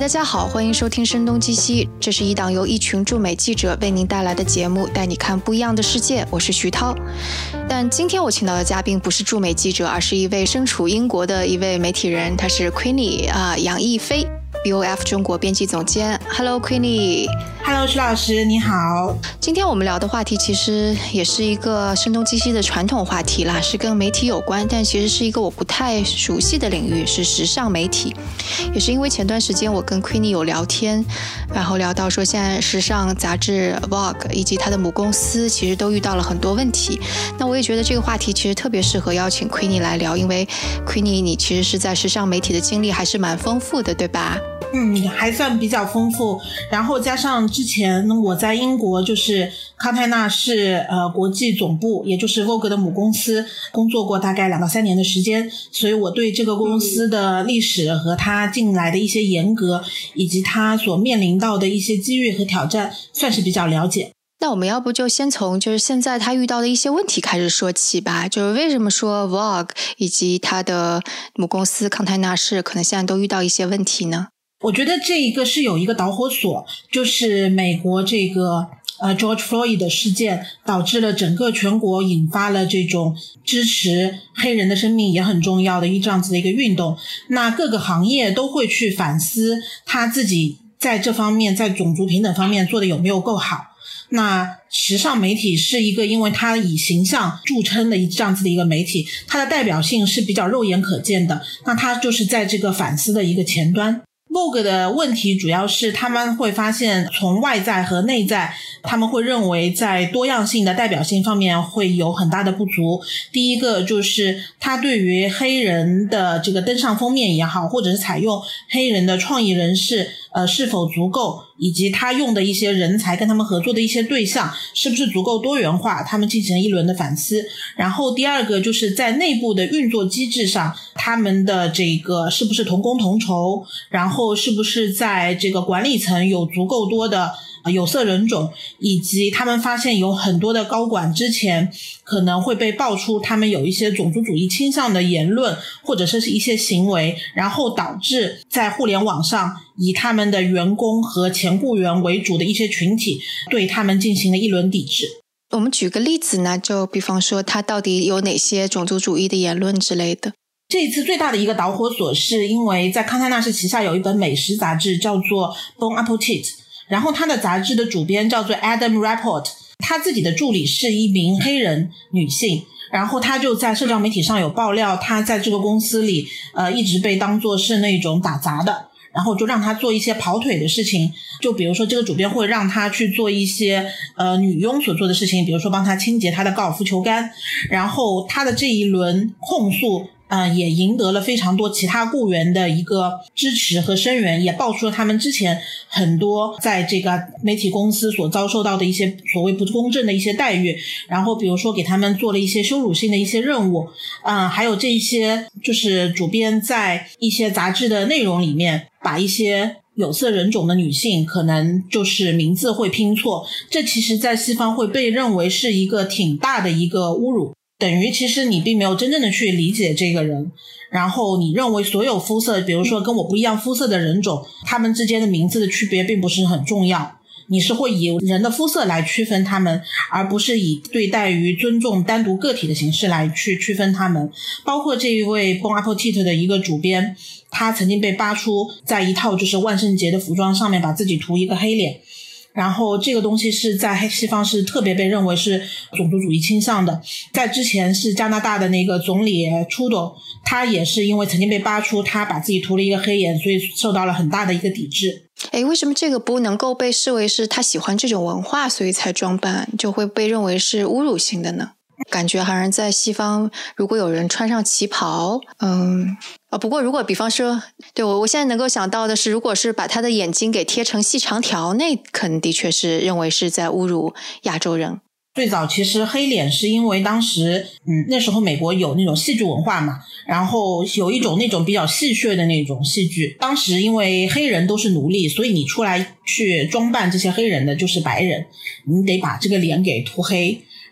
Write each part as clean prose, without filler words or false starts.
大家好，欢迎收听声东击西，这是一档由一群驻美记者为您带来的节目，带你看不一样的世界。我是徐涛，但今天我请到的嘉宾不是驻美记者，而是一位身处英国的一位媒体人，他是 Queenie 杨逸飞 BOF 中国编辑总监。Hello Queenie。Hello 徐老师，你好。 今天我们聊的话题其实也是一个声东击西的传统话题啦，是跟媒体有关，但其实是一个我不太熟悉的领域，是时尚媒体。也是因为前段时间我跟 Queenie 有聊天，然后聊到说现在时尚杂志 Vogue 以及他的母公司其实都遇到了很多问题。那我也觉得这个话题其实特别适合邀请 Queenie 来聊，因为 Queenie 你其实是在时尚媒体的经历还是蛮丰富的，对吧？ 还算比较丰富，然后加上之前我在英国就是康泰纳仕国际总部，也就是 Vogue 的母公司工作过大概2到3年的时间，所以我对这个公司的历史和它近来的一些严格以及它所面临到的一些机遇和挑战算是比较了解。 那我们要不就先从就是现在他遇到的一些问题开始说起吧，就是为什么说 Vogue 以及他的母公司康泰纳仕可能现在都遇到一些问题呢？ 我觉得这一个是有一个导火索，就是美国这个George Floyd 的事件导致了整个全国引发了这种支持黑人的生命也很重要的这样子的一个运动。那各个行业都会去反思他自己在这方面在种族平等方面做的有没有够好。那时尚媒体是一个因为它以形象著称的这样子的一个媒体，它的代表性是比较肉眼可见的，那它就是在这个反思的一个前端。Vogue 的问题主要是他们会发现从外在和内在，他们会认为在多样性的代表性方面会有很大的不足。第一个就是他对于黑人的这个登上封面也好，或者是采用黑人的创意人士是否足够，以及他用的一些人才跟他们合作的一些对象是不是足够多元化，他们进行了一轮的反思。然后第二个就是在内部的运作机制上，他们的这个是不是同工同酬，然后是不是在这个管理层有足够多的有色人种，以及他们发现有很多的高管之前可能会被爆出他们有一些种族主义倾向的言论或者是一些行为，然后导致在互联网上以他们的员工和前雇员为主的一些群体对他们进行了一轮抵制。 我们举个例子呢，就比方说他到底有哪些种族主义的言论之类的。 这一次最大的一个导火索是因为在康泰纳仕旗下有一本美食杂志叫做 Bon Appetit， 然后他的杂志的主编叫做 Adam Rapport， 他自己的助理是一名黑人女性，然后他就在社交媒体上有爆料他在这个公司里一直被当作是那种打杂的，然后就让他做一些跑腿的事情，就比如说这个主编会让他去做一些女佣所做的事情，比如说帮他清洁他的高尔夫球杆，然后他的这一轮控诉也赢得了非常多其他雇员的一个支持和声援，也爆出了他们之前很多在这个媒体公司所遭受到的一些所谓不公正的一些待遇，然后比如说给他们做了一些羞辱性的一些任务，还有这一些就是主编在一些杂志的内容里面把一些有色人种的女性可能就是名字会拼错，这其实在西方会被认为是一个挺大的一个侮辱，等于其实你并没有真正的去理解这个人，然后你认为所有肤色，比如说跟我不一样肤色的人种，他们之间的名字的区别并不是很重要，你是会以人的肤色来区分他们，而不是以对待于尊重单独个体的形式来去区分他们。包括这一位 Bon Appetit 的一个主编，他曾经被扒出在一套就是万圣节的服装上面把自己涂一个黑脸，然后这个东西是在西方是特别被认为是种族主义倾向的。在之前是加拿大的那个总理Trudeau，他也是因为曾经被扒出他把自己涂了一个黑眼，所以受到了很大的一个抵制。 为什么这个不能够被视为是他喜欢这种文化所以才装扮，就会被认为是侮辱性的呢？感觉好像在西方如果有人穿上旗袍不过如果比方说对我现在能够想到的是，如果是把他的眼睛给贴成细长条，那可能的确是认为是在侮辱亚洲人。 最早其实黑脸是因为当时那时候美国有那种戏剧文化嘛，然后有一种那种比较戏谑的那种戏剧，当时因为黑人都是奴隶，所以你出来去装扮这些黑人的就是白人，你得把这个脸给涂黑，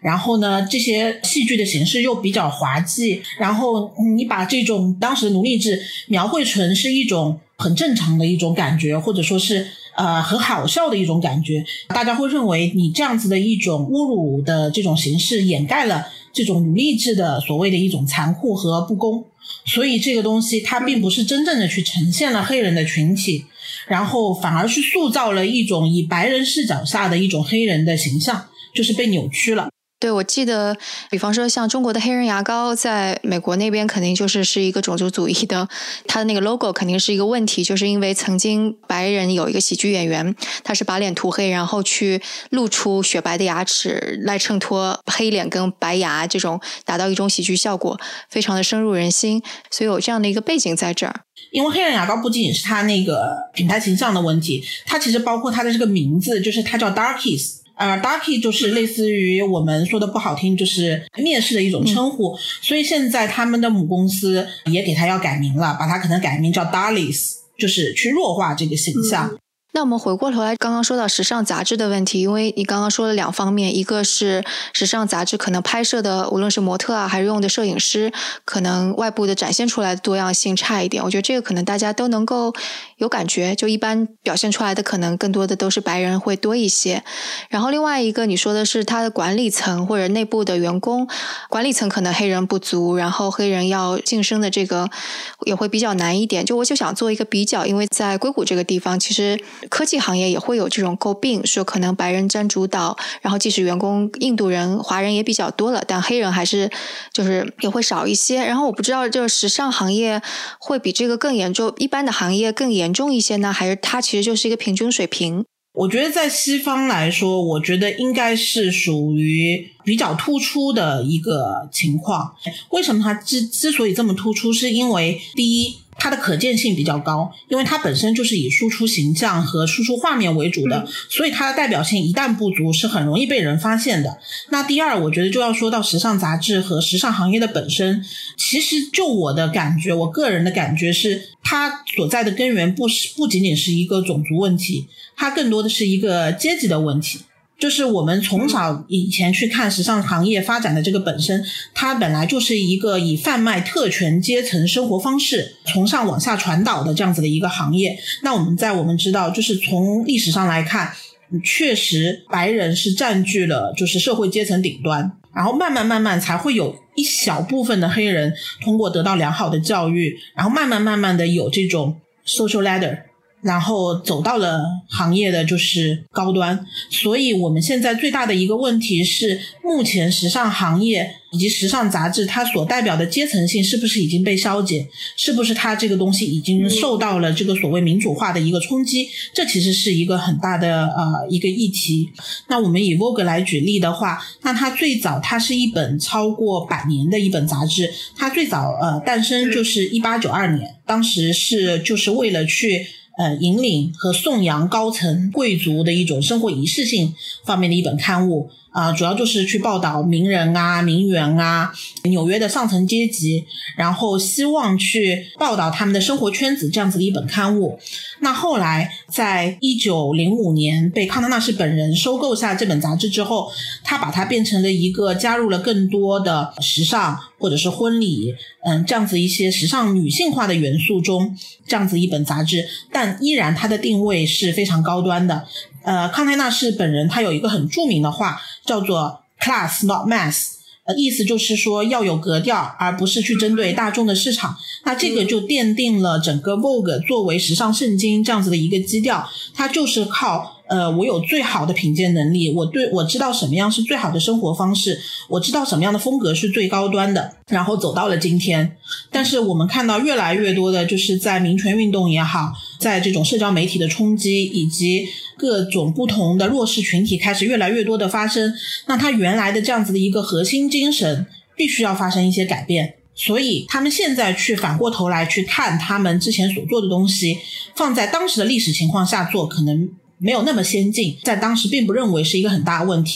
然后呢这些戏剧的形式又比较滑稽，然后你把这种当时的奴隶制描绘成是一种很正常的一种感觉，或者说是很好笑的一种感觉，大家会认为你这样子的一种侮辱的这种形式掩盖了这种奴隶制的所谓的一种残酷和不公，所以这个东西它并不是真正的去呈现了黑人的群体，然后反而去塑造了一种以白人视角下的一种黑人的形象，就是被扭曲了。 对，我记得比方说像中国的黑人牙膏在美国那边肯定是一个种族主义的，它的那个 logo 肯定是一个问题，就是因为曾经白人有一个喜剧演员，他是把脸涂黑，然后去露出雪白的牙齿来衬托黑脸跟白牙，这种达到一种喜剧效果，非常的深入人心，所以有这样的一个背景在这儿。 因为黑人牙膏不仅仅是它那个品牌形象的问题，它其实包括它的这个名字，就是它叫 Darkies，Darkie 就是类似于我们说的不好听就是蔑视的一种称呼，所以现在他们的母公司也给它要改名了，把它可能改名叫 Darlies， 就是去弱化这个形象。 那我们回过头来刚刚说到时尚杂志的问题，因为你刚刚说了两方面，一个是时尚杂志可能拍摄的无论是模特啊还是用的摄影师，可能外部的展现出来的多样性差一点，我觉得这个可能大家都能够有感觉，就一般表现出来的可能更多的都是白人会多一些。然后另外一个你说的是他的管理层或者内部的员工，管理层可能黑人不足，然后黑人要晋升的这个也会比较难一点。就我就想做一个比较，因为在硅谷这个地方其实科技行业也会有这种诟病，说可能白人占主导，然后即使员工印度人华人也比较多了，但黑人还是就是也会少一些。然后我不知道这个时尚行业会比这个更严重，一般的行业更严重一些呢，还是它其实就是一个平均水平？ 我觉得在西方来说，我觉得应该是属于比较突出的一个情况。为什么它之所以这么突出，是因为第一它的可见性比较高，因为它本身就是以输出形象和输出画面为主的，所以它的代表性一旦不足是很容易被人发现的。那第二，我觉得就要说到时尚杂志和时尚行业的本身，其实就我的感觉，我个人的感觉是它所在的根源不仅仅是一个种族问题，它更多的是一个阶级的问题。就是我们从小以前去看时尚行业发展的这个本身，它本来就是一个以贩卖特权阶层生活方式从上往下传导的这样子的一个行业。那我们知道，就是从历史上来看，确实白人是占据了就是社会阶层顶端，然后慢慢才会有一小部分的黑人通过得到良好的教育，然后慢慢的有这种 social ladder，然后走到了行业的就是高端。所以我们现在最大的一个问题是，目前时尚行业以及时尚杂志它所代表的阶层性是不是已经被消解，是不是它这个东西已经受到了这个所谓民主化的一个冲击，这其实是一个很大的一个议题。那我们以 Vogue 来举例的话，那它最早它是一本超过100年的一本杂志，它最早诞生就是1892年，当时是就是为了去引领和颂扬高层贵族的一种生活仪式性方面的一本刊物主要就是去报道名人啊、名媛啊、纽约的上层阶级，然后希望去报道他们的生活圈子这样子的一本刊物。那后来在1905年被康特纳氏本人收购下这本杂志之后，他把它变成了一个加入了更多的时尚或者是婚礼这样子一些时尚女性化的元素中这样子一本杂志，但依然它的定位是非常高端的。康特纳氏本人他有一个很著名的话叫做 class not mass，意思就是说要有格调，而不是去针对大众的市场。那这个就奠定了整个 Vogue 作为时尚圣经这样子的一个基调，它就是靠我有最好的品鉴能力，我知道什么样是最好的生活方式，我知道什么样的风格是最高端的，然后走到了今天。但是我们看到越来越多的就是在民权运动也好，在这种社交媒体的冲击以及各种不同的弱势群体开始越来越多的发生，那它原来的这样子的一个核心精神必须要发生一些改变。所以他们现在去反过头来去看他们之前所做的东西，放在当时的历史情况下做可能没有那么先进，在当时并不认为是一个很大的问题。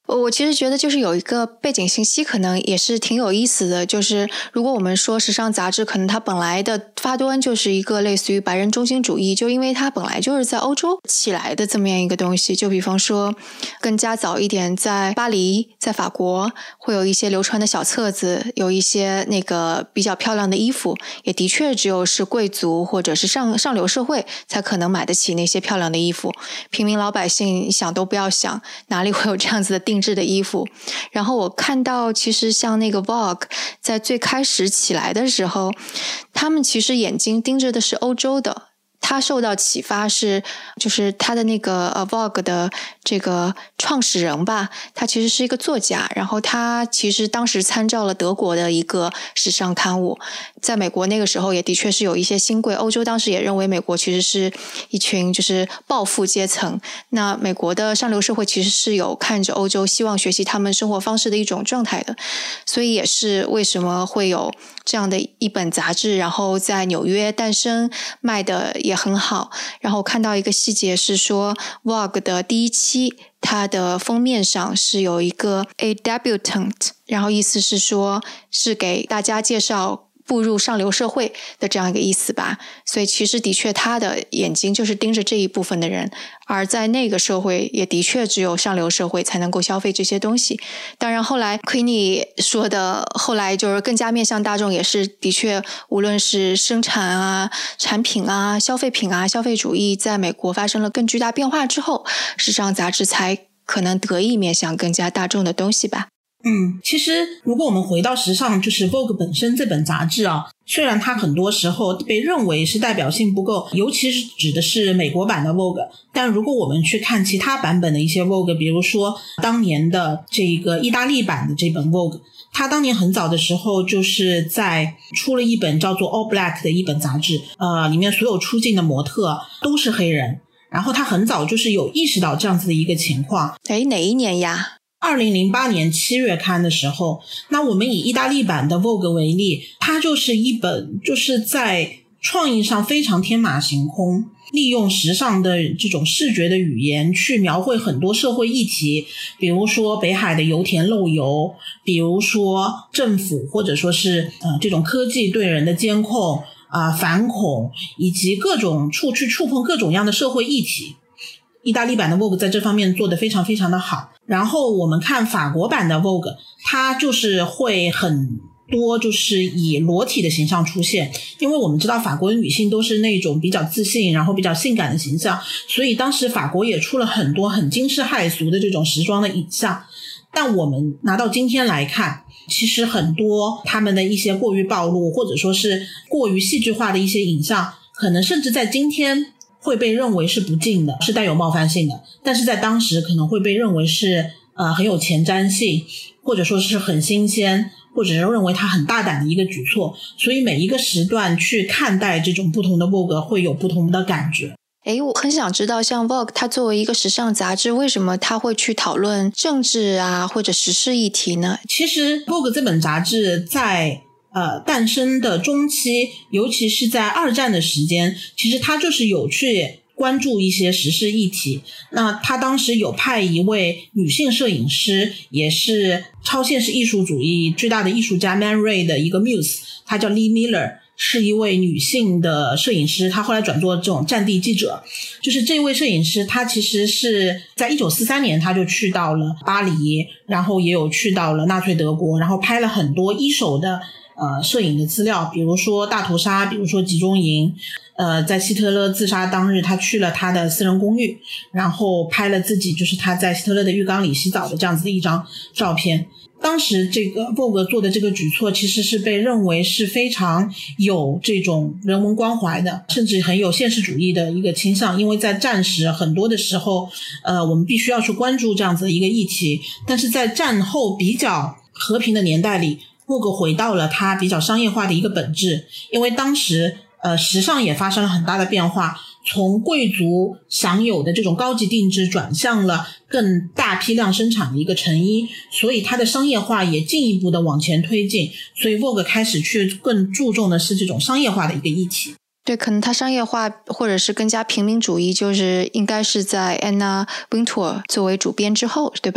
我其实觉得就是有一个背景信息可能也是挺有意思的，就是如果我们说时尚杂志可能它本来的发端就是一个类似于白人中心主义，就因为它本来就是在欧洲起来的这么样一个东西，就比方说更加早一点在巴黎在法国会有一些流传的小册子，有一些那个比较漂亮的衣服，也的确只有是贵族或者是上流社会才可能买得起那些漂亮的衣服，平民老百姓想都不要想哪里会有这样子的定制的衣服。然后我看到其实像那个 Vogue 在最开始起来的时候，他们其实眼睛盯着的是欧洲的，他受到启发是就是他的那个Vogue 的这个创始人吧，他其实是一个作家，然后他其实当时参照了德国的一个时尚刊物，在美国那个时候也的确是有一些新贵，欧洲当时也认为美国其实是一群就是暴富阶层，那美国的上流社会其实是有看着欧洲希望学习他们生活方式的一种状态的，所以也是为什么会有这样的一本杂志，然后在纽约诞生，卖的也很好。然后看到一个细节是说 Vogue 的第一期它的封面上是有一个 A debutante， 然后意思是说是给大家介绍步入上流社会的这样一个意思吧，所以其实的确他的眼睛就是盯着这一部分的人，而在那个社会也的确只有上流社会才能够消费这些东西。当然后来 Queenie 说的后来就是更加面向大众，也是的确无论是生产啊、产品啊、消费品啊、消费主义在美国发生了更巨大变化之后，时尚杂志才可能得以面向更加大众的东西吧。 其实如果我们回到时尚，就是 Vogue 本身这本杂志啊，虽然它很多时候被认为是代表性不够，尤其是指的是美国版的 Vogue， 但如果我们去看其他版本的一些 Vogue， 比如说当年的这个意大利版的这本 Vogue， 它当年很早的时候就是在出了一本叫做 All Black 的一本杂志，里面所有出镜的模特都是黑人，然后他很早就是有意识到这样子的一个情况。 哪一年呀 ？2008年7月刊的时候，那我们以意大利版的 Vogue 为例，它就是一本就是在创意上非常天马行空，利用时尚的这种视觉的语言去描绘很多社会议题，比如说北海的油田漏油，比如说政府或者说是这种科技对人的监控反恐，以及各种去触碰各种样的社会议题。意大利版的 Vogue 在这方面做得非常非常的好。然后我们看法国版的 Vogue， 它就是会很多就是以裸体的形象出现，因为我们知道法国的女性都是那种比较自信然后比较性感的形象，所以当时法国也出了很多很惊世骇俗的这种时装的影像。但我们拿到今天来看，其实很多他们的一些过于暴露或者说是过于戏剧化的一些影像，可能甚至在今天会被认为是不敬的，是带有冒犯性的，但是在当时可能会被认为是很有前瞻性，或者说是很新鲜，或者是认为它很大胆的一个举措。所以每一个时段去看待这种不同的 Vogue 会有不同的感觉。 我很想知道像 Vogue 它作为一个时尚杂志，为什么它会去讨论政治啊或者时事议题呢？ 其实 Vogue 这本杂志在诞生的中期，尤其是在二战的时间，其实它就是有去关注一些时事议题。那他当时有派一位女性摄影师，也是超现实艺术主义最大的艺术家 Man Ray 的一个 muse， 她叫 Lee Miller， 是一位女性的摄影师，她后来转做这种战地记者。就是这位摄影师，她其实是在1943年她就去到了巴黎，然后也有去到了纳粹德国，然后拍了很多一手的摄影的资料，比如说大屠杀，比如说集中营。在希特勒自杀当日，他去了他的私人公寓，然后拍了自己就是他在希特勒的浴缸里洗澡的这样子的一张照片。当时这个 Vogue 做的这个举措其实是被认为是非常有这种人文关怀的，甚至很有现实主义的一个倾向，因为在战时很多的时候我们必须要去关注这样子的一个议题，但是在战后比较和平的年代里，Vogue 回到了它比较商业化的一个本质，因为当时时尚也发生了很大的变化，从贵族享有的这种高级定制转向了更大批量生产的一个成衣，所以它的商业化也进一步的往前推进，所以 Vogue 开始去更注重的是这种商业化的一个议题。 对，可能它商业化或者是更加平民主义，就是应该是在 Anna Wintour 作为主编之后，对吧？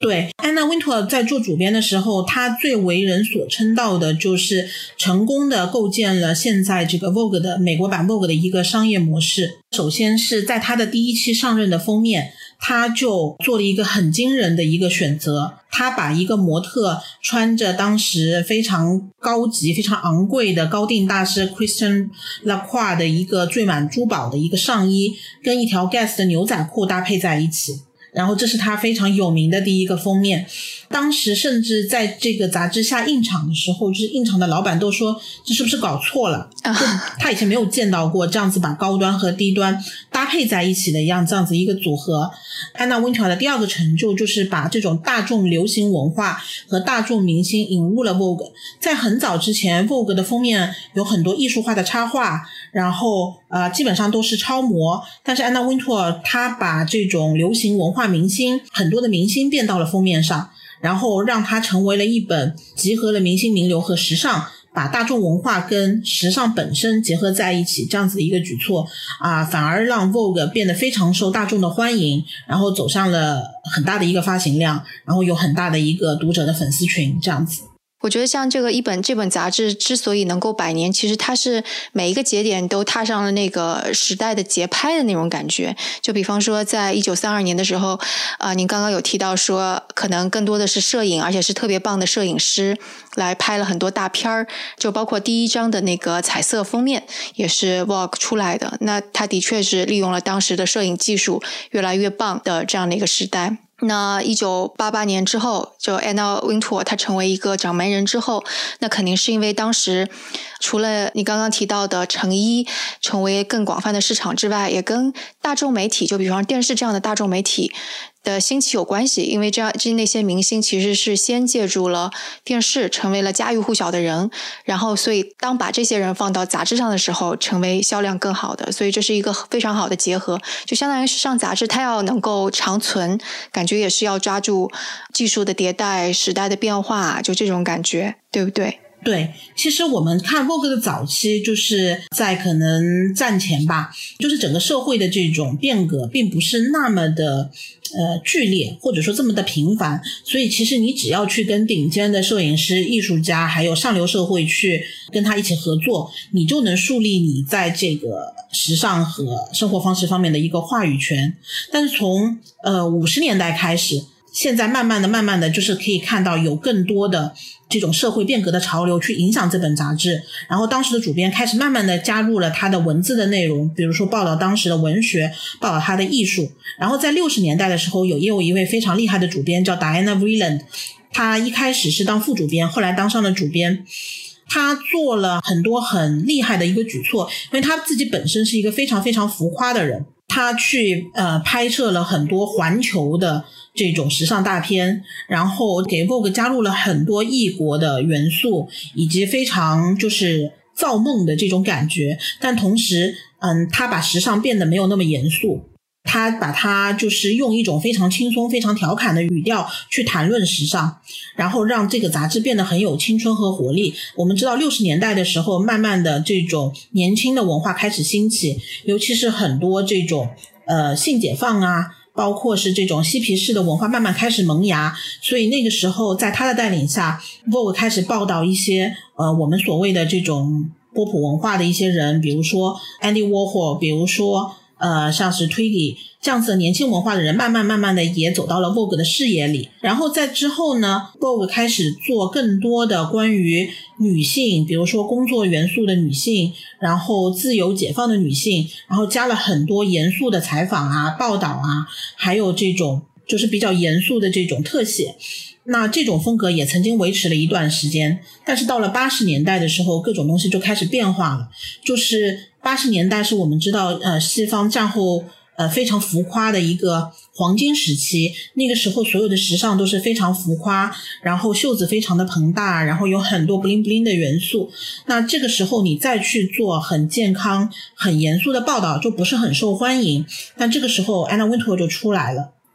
对，安娜·温图尔在做主编的时候，她最为人所称道的就是成功的构建了现在这个 Vogue 的美国版 Vogue 的一个商业模式。首先是在她的第一期上任的封面，她就做了一个很惊人的一个选择，她把一个模特穿着当时非常高级非常昂贵的高定大师 Christian Lacroix 的一个缀满珠宝的一个上衣跟一条 Guess 的牛仔裤搭配在一起，然后这是他非常有名的第一个封面。当时甚至在这个杂志下印厂的时候，就是印厂的老板都说这是不是搞错了，就他以前没有见到过这样子把高端和低端搭配在一起的这样子一个组合。安娜·温图尔的第二个成就就是把这种大众流行文化和大众明星引入了 Vogue。 在很早之前 Vogue 的封面有很多艺术化的插画，然后基本上都是超模，但是安娜·温图尔她把这种流行文化明星很多的明星变到了封面上，然后让它成为了一本集合了明星名流和时尚，把大众文化跟时尚本身结合在一起这样子的一个举措反而让 Vogue 变得非常受大众的欢迎，然后走上了很大的一个发行量，然后有很大的一个读者的粉丝群这样子。 我觉得像这本杂志之所以能够100年，其实它是每一个节点都踏上了那个时代的节拍的那种感觉。就比方说在1932年的时候您刚刚有提到说可能更多的是摄影，而且是特别棒的摄影师来拍了很多大片儿，就包括第一张的那个彩色封面也是 Vogue 出来的。那它的确是利用了当时的摄影技术越来越棒的这样的一个时代。那1988年之后，就 Anna Wintour 她成为一个掌门人之后，那肯定是因为当时除了你刚刚提到的成衣成为更广泛的市场之外，也跟大众媒体，就比方电视这样的大众媒体的兴起有关系。因为那些明星其实是先借助了电视成为了家喻户晓的人，然后所以当把这些人放到杂志上的时候成为销量更好的，所以这是一个非常好的结合。就相当于时尚杂志它要能够长存，感觉也是要抓住技术的迭代时代的变化，就这种感觉，对不对？ 对，其实我们看 Vogue 的早期就是在可能战前吧，就是整个社会的这种变革并不是那么的剧烈，或者说这么的频繁，所以其实你只要去跟顶尖的摄影师、艺术家还有上流社会去跟他一起合作，你就能树立你在这个时尚和生活方式方面的一个话语权。但是从50年代开始，现在慢慢的就是可以看到有更多的这种社会变革的潮流去影响这本杂志，然后当时的主编开始慢慢的加入了他的文字的内容，比如说报道当时的文学，报道他的艺术。然后在60年代的时候也有一位非常厉害的主编叫 Diana Vreeland， 他一开始是当副主编，后来当上了主编。他做了很多很厉害的一个举措，因为他自己本身是一个非常非常浮夸的人，他去拍摄了很多环球的这种时尚大片，然后给 Vogue 加入了很多异国的元素，以及非常就是造梦的这种感觉。但同时他把时尚变得没有那么严肃，他把它就是用一种非常轻松非常调侃的语调去谈论时尚，然后让这个杂志变得很有青春和活力。我们知道60年代的时候，慢慢的这种年轻的文化开始兴起，尤其是很多这种性解放包括是这种嬉皮士的文化慢慢开始萌芽，所以那个时候在他的带领下 Vogue 开始报道一些我们所谓的这种波普文化的一些人，比如说 Andy Warhol， 比如说像是 Twiggy 这样子的年轻文化的人慢慢的也走到了 Vogue 的视野里。然后在之后呢， Vogue 开始做更多的关于女性，比如说工作元素的女性，然后自由解放的女性，然后加了很多严肃的采访报道还有这种就是比较严肃的这种特写。那这种风格也曾经维持了一段时间，但是到了80年代的时候，各种东西就开始变化了。就是80年代是我们知道西方战后非常浮夸的一个黄金时期，那个时候所有的时尚都是非常浮夸，然后袖子非常的膨大，然后有很多 bling bling 的元素。那这个时候你再去做很健康很严肃的报道就不是很受欢迎，但这个时候 Anna Wintour 就出来了。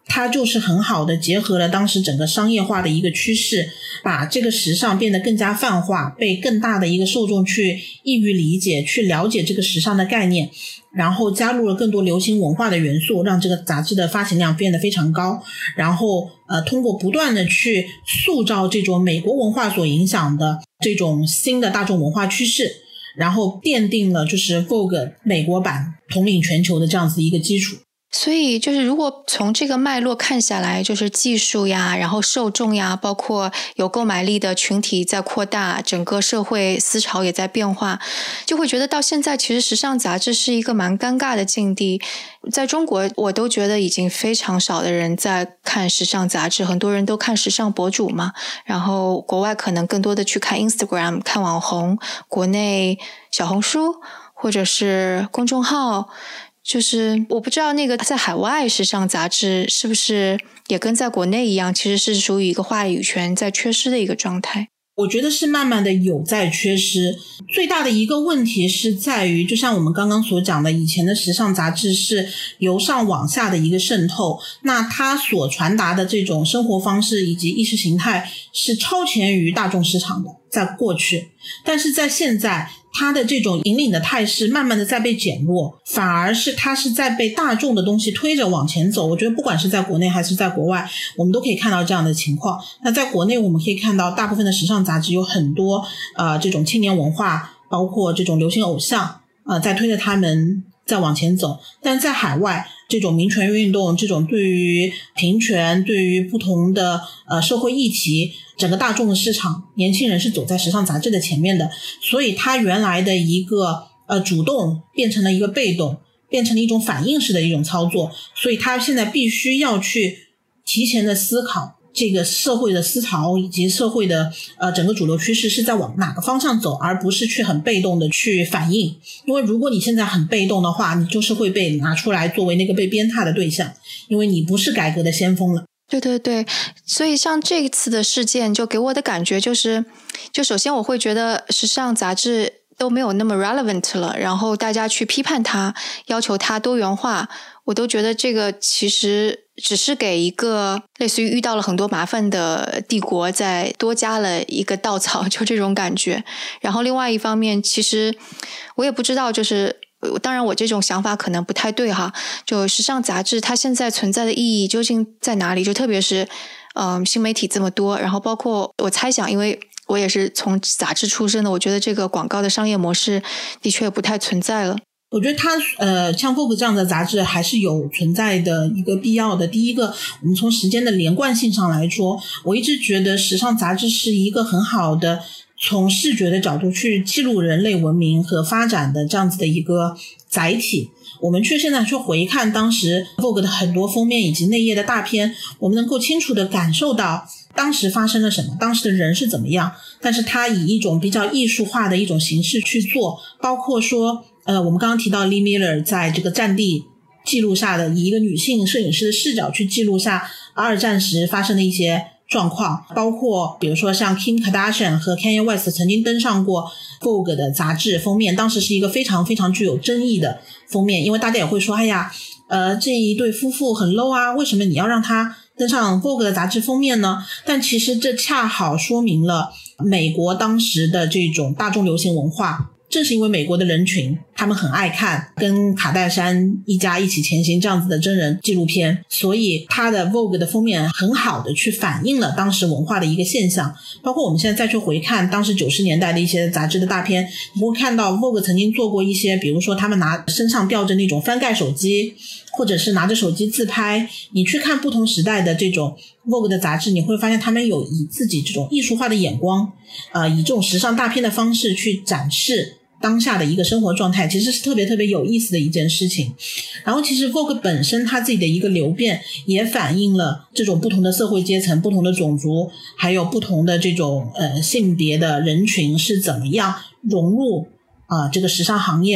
它就是很好的结合了当时整个商业化的一个趋势，把这个时尚变得更加泛化，被更大的一个受众去易于理解，去了解这个时尚的概念，然后加入了更多流行文化的元素，让这个杂志的发行量变得非常高，然后通过不断的去塑造这种美国文化所影响的这种新的大众文化趋势，然后奠定了就是 Vogue 美国版统领全球的这样子一个基础。 所以就是如果从这个脉络看下来，就是技术呀，然后受众呀，包括有购买力的群体在扩大，整个社会思潮也在变化，就会觉得到现在其实时尚杂志是一个蛮尴尬的境地。在中国我都觉得已经非常少的人在看时尚杂志，很多人都看时尚博主嘛，然后国外可能更多的去看 Instagram 看网红，国内小红书或者是公众号。就是我不知道那个在海外时尚杂志是不是也跟在国内一样，其实是属于一个话语权在缺失的一个状态。 我觉得是慢慢的有在缺失，最大的一个问题是在于，就像我们刚刚所讲的，以前的时尚杂志是由上往下的一个渗透，那它所传达的这种生活方式以及意识形态是超前于大众市场的，在过去。但是在现在，它的这种引领的态势慢慢的在被减弱，反而是它是在被大众的东西推着往前走。我觉得不管是在国内还是在国外，我们都可以看到这样的情况。那在国内我们可以看到大部分的时尚杂志有很多这种青年文化，包括这种流行偶像在推着他们在往前走。但在海外，这种民权运动，这种对于平权，对于不同的社会议题，整个大众的市场，年轻人是走在时尚杂志的前面的，所以它原来的一个主动变成了一个被动，变成了一种反应式的一种操作，所以它现在必须要去提前的思考这个社会的思潮以及社会的整个主流趋势是在往哪个方向走，而不是去很被动的去反应。因为如果你现在很被动的话，你就是会被拿出来作为那个被鞭挞的对象，因为你不是改革的先锋了。 对对对，所以像这一次的事件就给我的感觉就首先我会觉得时尚杂志都没有那么 relevant 了，然后大家去批判它，要求它多元化，我都觉得这个其实只是给一个类似于遇到了很多麻烦的帝国再多加了一个稻草，就这种感觉。然后另外一方面，其实我也不知道，就是当然我这种想法可能不太对哈，就时尚杂志它现在存在的意义究竟在哪里，就特别是新媒体这么多，然后包括我猜想，因为我也是从杂志出身的，我觉得这个广告的商业模式的确不太存在了。 我觉得它像 Vogue 这样的杂志还是有存在的一个必要的。第一个，我们从时间的连贯性上来说，我一直觉得时尚杂志是一个很好的从视觉的角度去记录人类文明和发展的这样子的一个载体。我们现在去回看当时 Vogue 的很多封面以及内页的大片，我们能够清楚地感受到当时发生了什么，当时的人是怎么样，但是它以一种比较艺术化的一种形式去做，包括说我们刚刚提到 Lee Miller 在这个战地记录下的，以一个女性摄影师的视角去记录下二战时发生的一些状况，包括比如说像 Kim Kardashian 和 Kanye West 曾经登上过 Vogue 的杂志封面，当时是一个非常非常具有争议的封面，因为大家也会说，哎呀这一对夫妇很 low 啊，为什么你要让他登上 Vogue 的杂志封面呢？但其实这恰好说明了美国当时的这种大众流行文化，正是因为美国的人群他们很爱看跟卡戴珊一家一起前行这样子的真人纪录片，所以它的 Vogue 的封面很好的去反映了当时文化的一个现象。包括我们现在再去回看当时90年代的一些杂志的大片，你会看到 Vogue 曾经做过一些，比如说他们身上吊着那种翻盖手机，或者是拿着手机自拍。你去看不同时代的这种 Vogue 的杂志，你会发现他们有以自己这种艺术化的眼光以这种时尚大片的方式去展示当下的一个生活状态，其实是特别特别有意思的一件事情。然后其实 Vogue 本身它自己的一个流变也反映了这种不同的社会阶层、不同的种族还有不同的这种性别的人群是怎么样融入这个时尚行业的。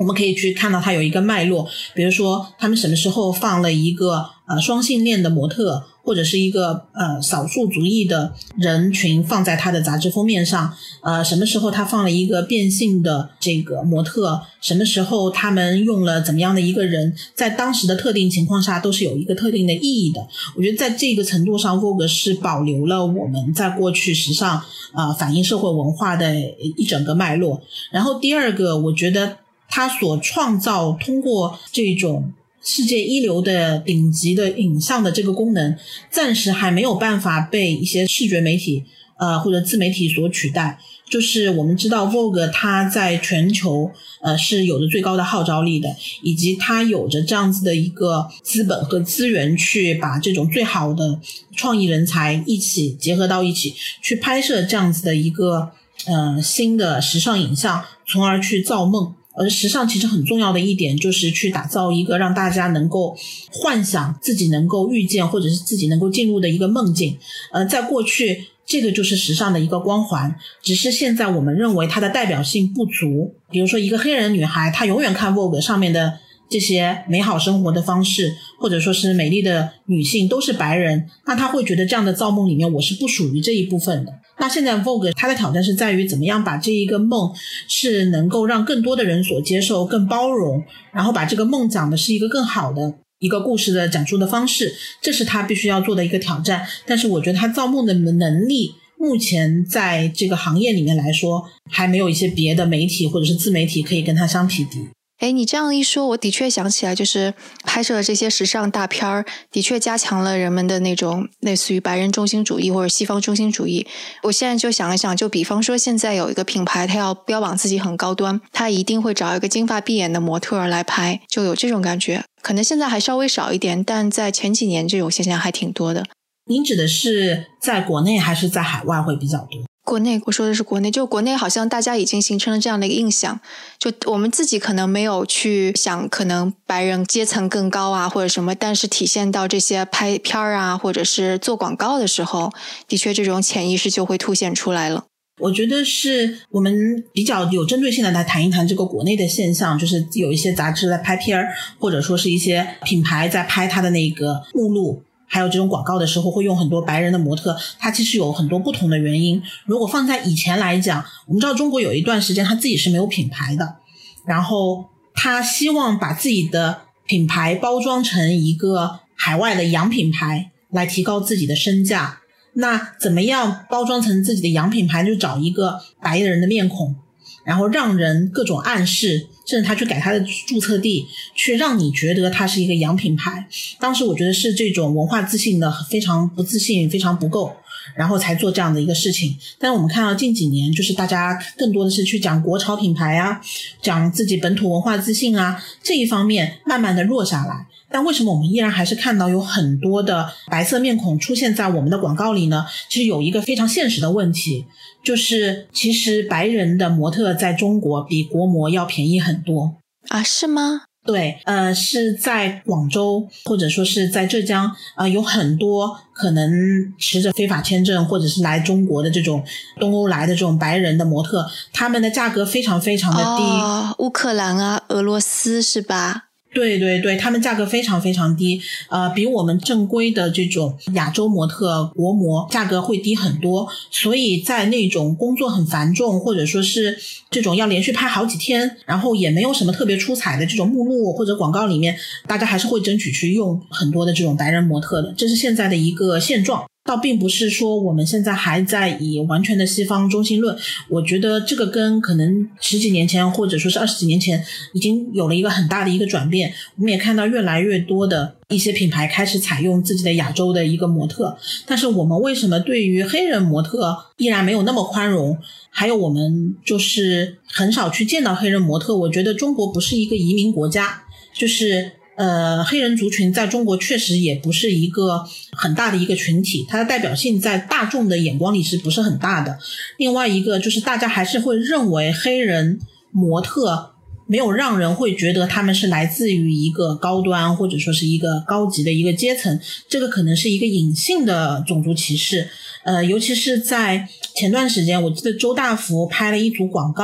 我们可以去看到它有一个脉络，比如说他们什么时候放了一个双性恋的模特，或者是一个少数族裔的人群放在他的杂志封面上，什么时候他放了一个变性的这个模特，什么时候他们用了怎么样的一个人，在当时的特定情况下都是有一个特定的意义的。我觉得在这个程度上 Vogue 是保留了我们在过去时尚反映社会文化的一整个脉络。然后第二个，我觉得他所创造通过这种世界一流的顶级的影像的这个功能，暂时还没有办法被一些视觉媒体或者自媒体所取代。就是我们知道 Vogue 它在全球是有着最高的号召力的，以及它有着这样子的一个资本和资源去把这种最好的创意人才一起结合到一起，去拍摄这样子的一个新的时尚影像，从而去造梦。而时尚其实很重要的一点就是去打造一个让大家能够幻想自己能够遇见或者是自己能够进入的一个梦境。在过去这个就是时尚的一个光环，只是现在我们认为它的代表性不足。比如说一个黑人女孩，她永远看 Vogue 上面的这些美好生活的方式，或者说是美丽的女性都是白人，那她会觉得这样的造梦里面我是不属于这一部分的。那现在 Vogue 它的挑战是在于怎么样把这一个梦是能够让更多的人所接受，更包容，然后把这个梦讲的是一个更好的一个故事的讲述的方式，这是他必须要做的一个挑战。但是我觉得他造梦的能力目前在这个行业里面来说，还没有一些别的媒体或者是自媒体可以跟他相匹敌。 你这样一说，我的确想起来，就是拍摄这些时尚大片儿，的确加强了人们的那种类似于白人中心主义或者西方中心主义。我现在就想一想，就比方说现在有一个品牌，它要标榜自己很高端，它一定会找一个金发碧眼的模特来拍，就有这种感觉。可能现在还稍微少一点，但在前几年这种现象还挺多的。 您指的是在国内还是在海外会比较多？ 国内，我说的是国内，就国内好像大家已经形成了这样的一个印象，就我们自己可能没有去想可能白人阶层更高啊或者什么，但是体现到这些拍片啊或者是做广告的时候，的确这种潜意识就会凸显出来了。 我觉得是我们比较有针对性的来谈一谈这个国内的现象，就是有一些杂志在拍片，或者说是一些品牌在拍它的那个目录还有这种广告的时候会用很多白人的模特，它其实有很多不同的原因。如果放在以前来讲，我们知道中国有一段时间他自己是没有品牌的，然后他希望把自己的品牌包装成一个海外的洋品牌来提高自己的身价。那怎么样包装成自己的洋品牌，就找一个白人的面孔，然后让人各种暗示，甚至他去改他的注册地，去让你觉得他是一个洋品牌。当时我觉得是这种文化自信的非常不自信，非常不够，然后才做这样的一个事情。但是我们看到近几年，就是大家更多的是去讲国潮品牌啊，讲自己本土文化自信啊，这一方面慢慢的弱下来。但为什么我们依然还是看到有很多的白色面孔出现在我们的广告里呢？其实有一个非常现实的问题，就是其实白人的模特在中国比国模要便宜很多啊？是吗？ 对，是在广州或者说是在浙江，有很多可能持着非法签证或者是来中国的这种东欧来的这种白人的模特，他们的价格非常非常的低。 乌克兰啊，俄罗斯是吧？ 对对对，他们价格非常非常低，比我们正规的这种亚洲模特国模价格会低很多。所以在那种工作很繁重，或者说是这种要连续拍好几天，然后也没有什么特别出彩的这种目录或者广告里面，大家还是会争取去用很多的这种白人模特的，这是现在的一个现状。倒并不是说我们现在还在以完全的西方中心论，我觉得这个跟可能10几年前或者说是20几年前已经有了一个很大的一个转变。我们也看到越来越多的一些品牌开始采用自己的亚洲的一个模特，但是我们为什么对于黑人模特依然没有那么宽容？还有我们就是很少去见到黑人模特。我觉得中国不是一个移民国家，就是黑人族群在中国确实也不是一个很大的一个群体，它的代表性在大众的眼光里是不是很大的。另外一个就是大家还是会认为黑人模特没有让人会觉得他们是来自于一个高端或者说是一个高级的一个阶层，这个可能是一个隐性的种族歧视。尤其是在前段时间，我记得周大福拍了一组广告，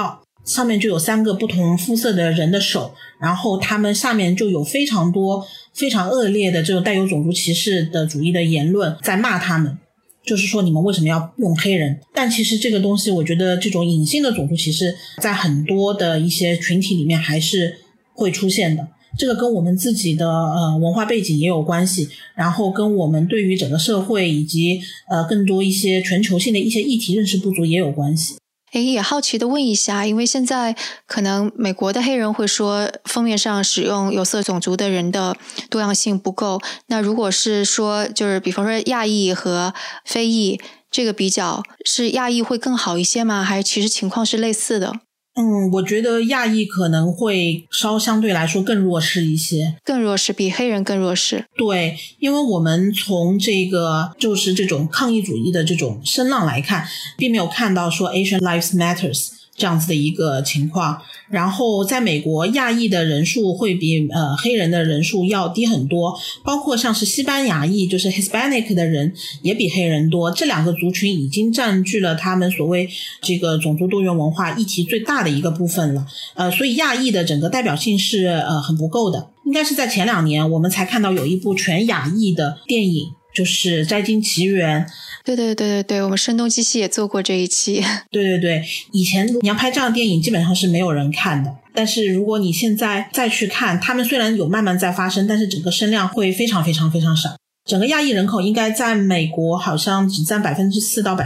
上面就有3个不同肤色的人的手，然后他们下面就有非常多非常恶劣的这种带有种族歧视的主义的言论在骂他们，就是说你们为什么要用黑人。但其实这个东西我觉得这种隐性的种族歧视在很多的一些群体里面还是会出现的，这个跟我们自己的文化背景也有关系，然后跟我们对于整个社会以及更多一些全球性的一些议题认识不足也有关系。 也好奇的问一下，因为现在可能美国的黑人会说封面上使用有色种族的人的多样性不够，那如果是说就是比方说亚裔和非裔这个比较，是亚裔会更好一些吗？还是其实情况是类似的？ 我觉得亚裔可能会相对来说更弱势一些， 更弱势，比黑人更弱势。 对，因为我们从这个就是这种抗议主义的这种声浪来看，并没有看到说 Asian Lives Matters 这样子的一个情况。然后在美国亚裔的人数会比黑人的人数要低很多，包括像是西班牙裔就是 Hispanic 的人也比黑人多，这2个族群已经占据了他们所谓这个种族多元文化议题最大的一个部分了。所以亚裔的整个代表性是很不够的。应该是在前2年我们才看到有一部全亚裔的电影，就是《摘金奇缘》。 对，我们声东击西也做过这一期。 对，以前你要拍这样的电影基本上是没有人看的，但是如果你现在再去看，他们虽然有慢慢在发生，但是整个声量会非常非常非常少。整个亚裔人口应该在美国好像只占 4% 到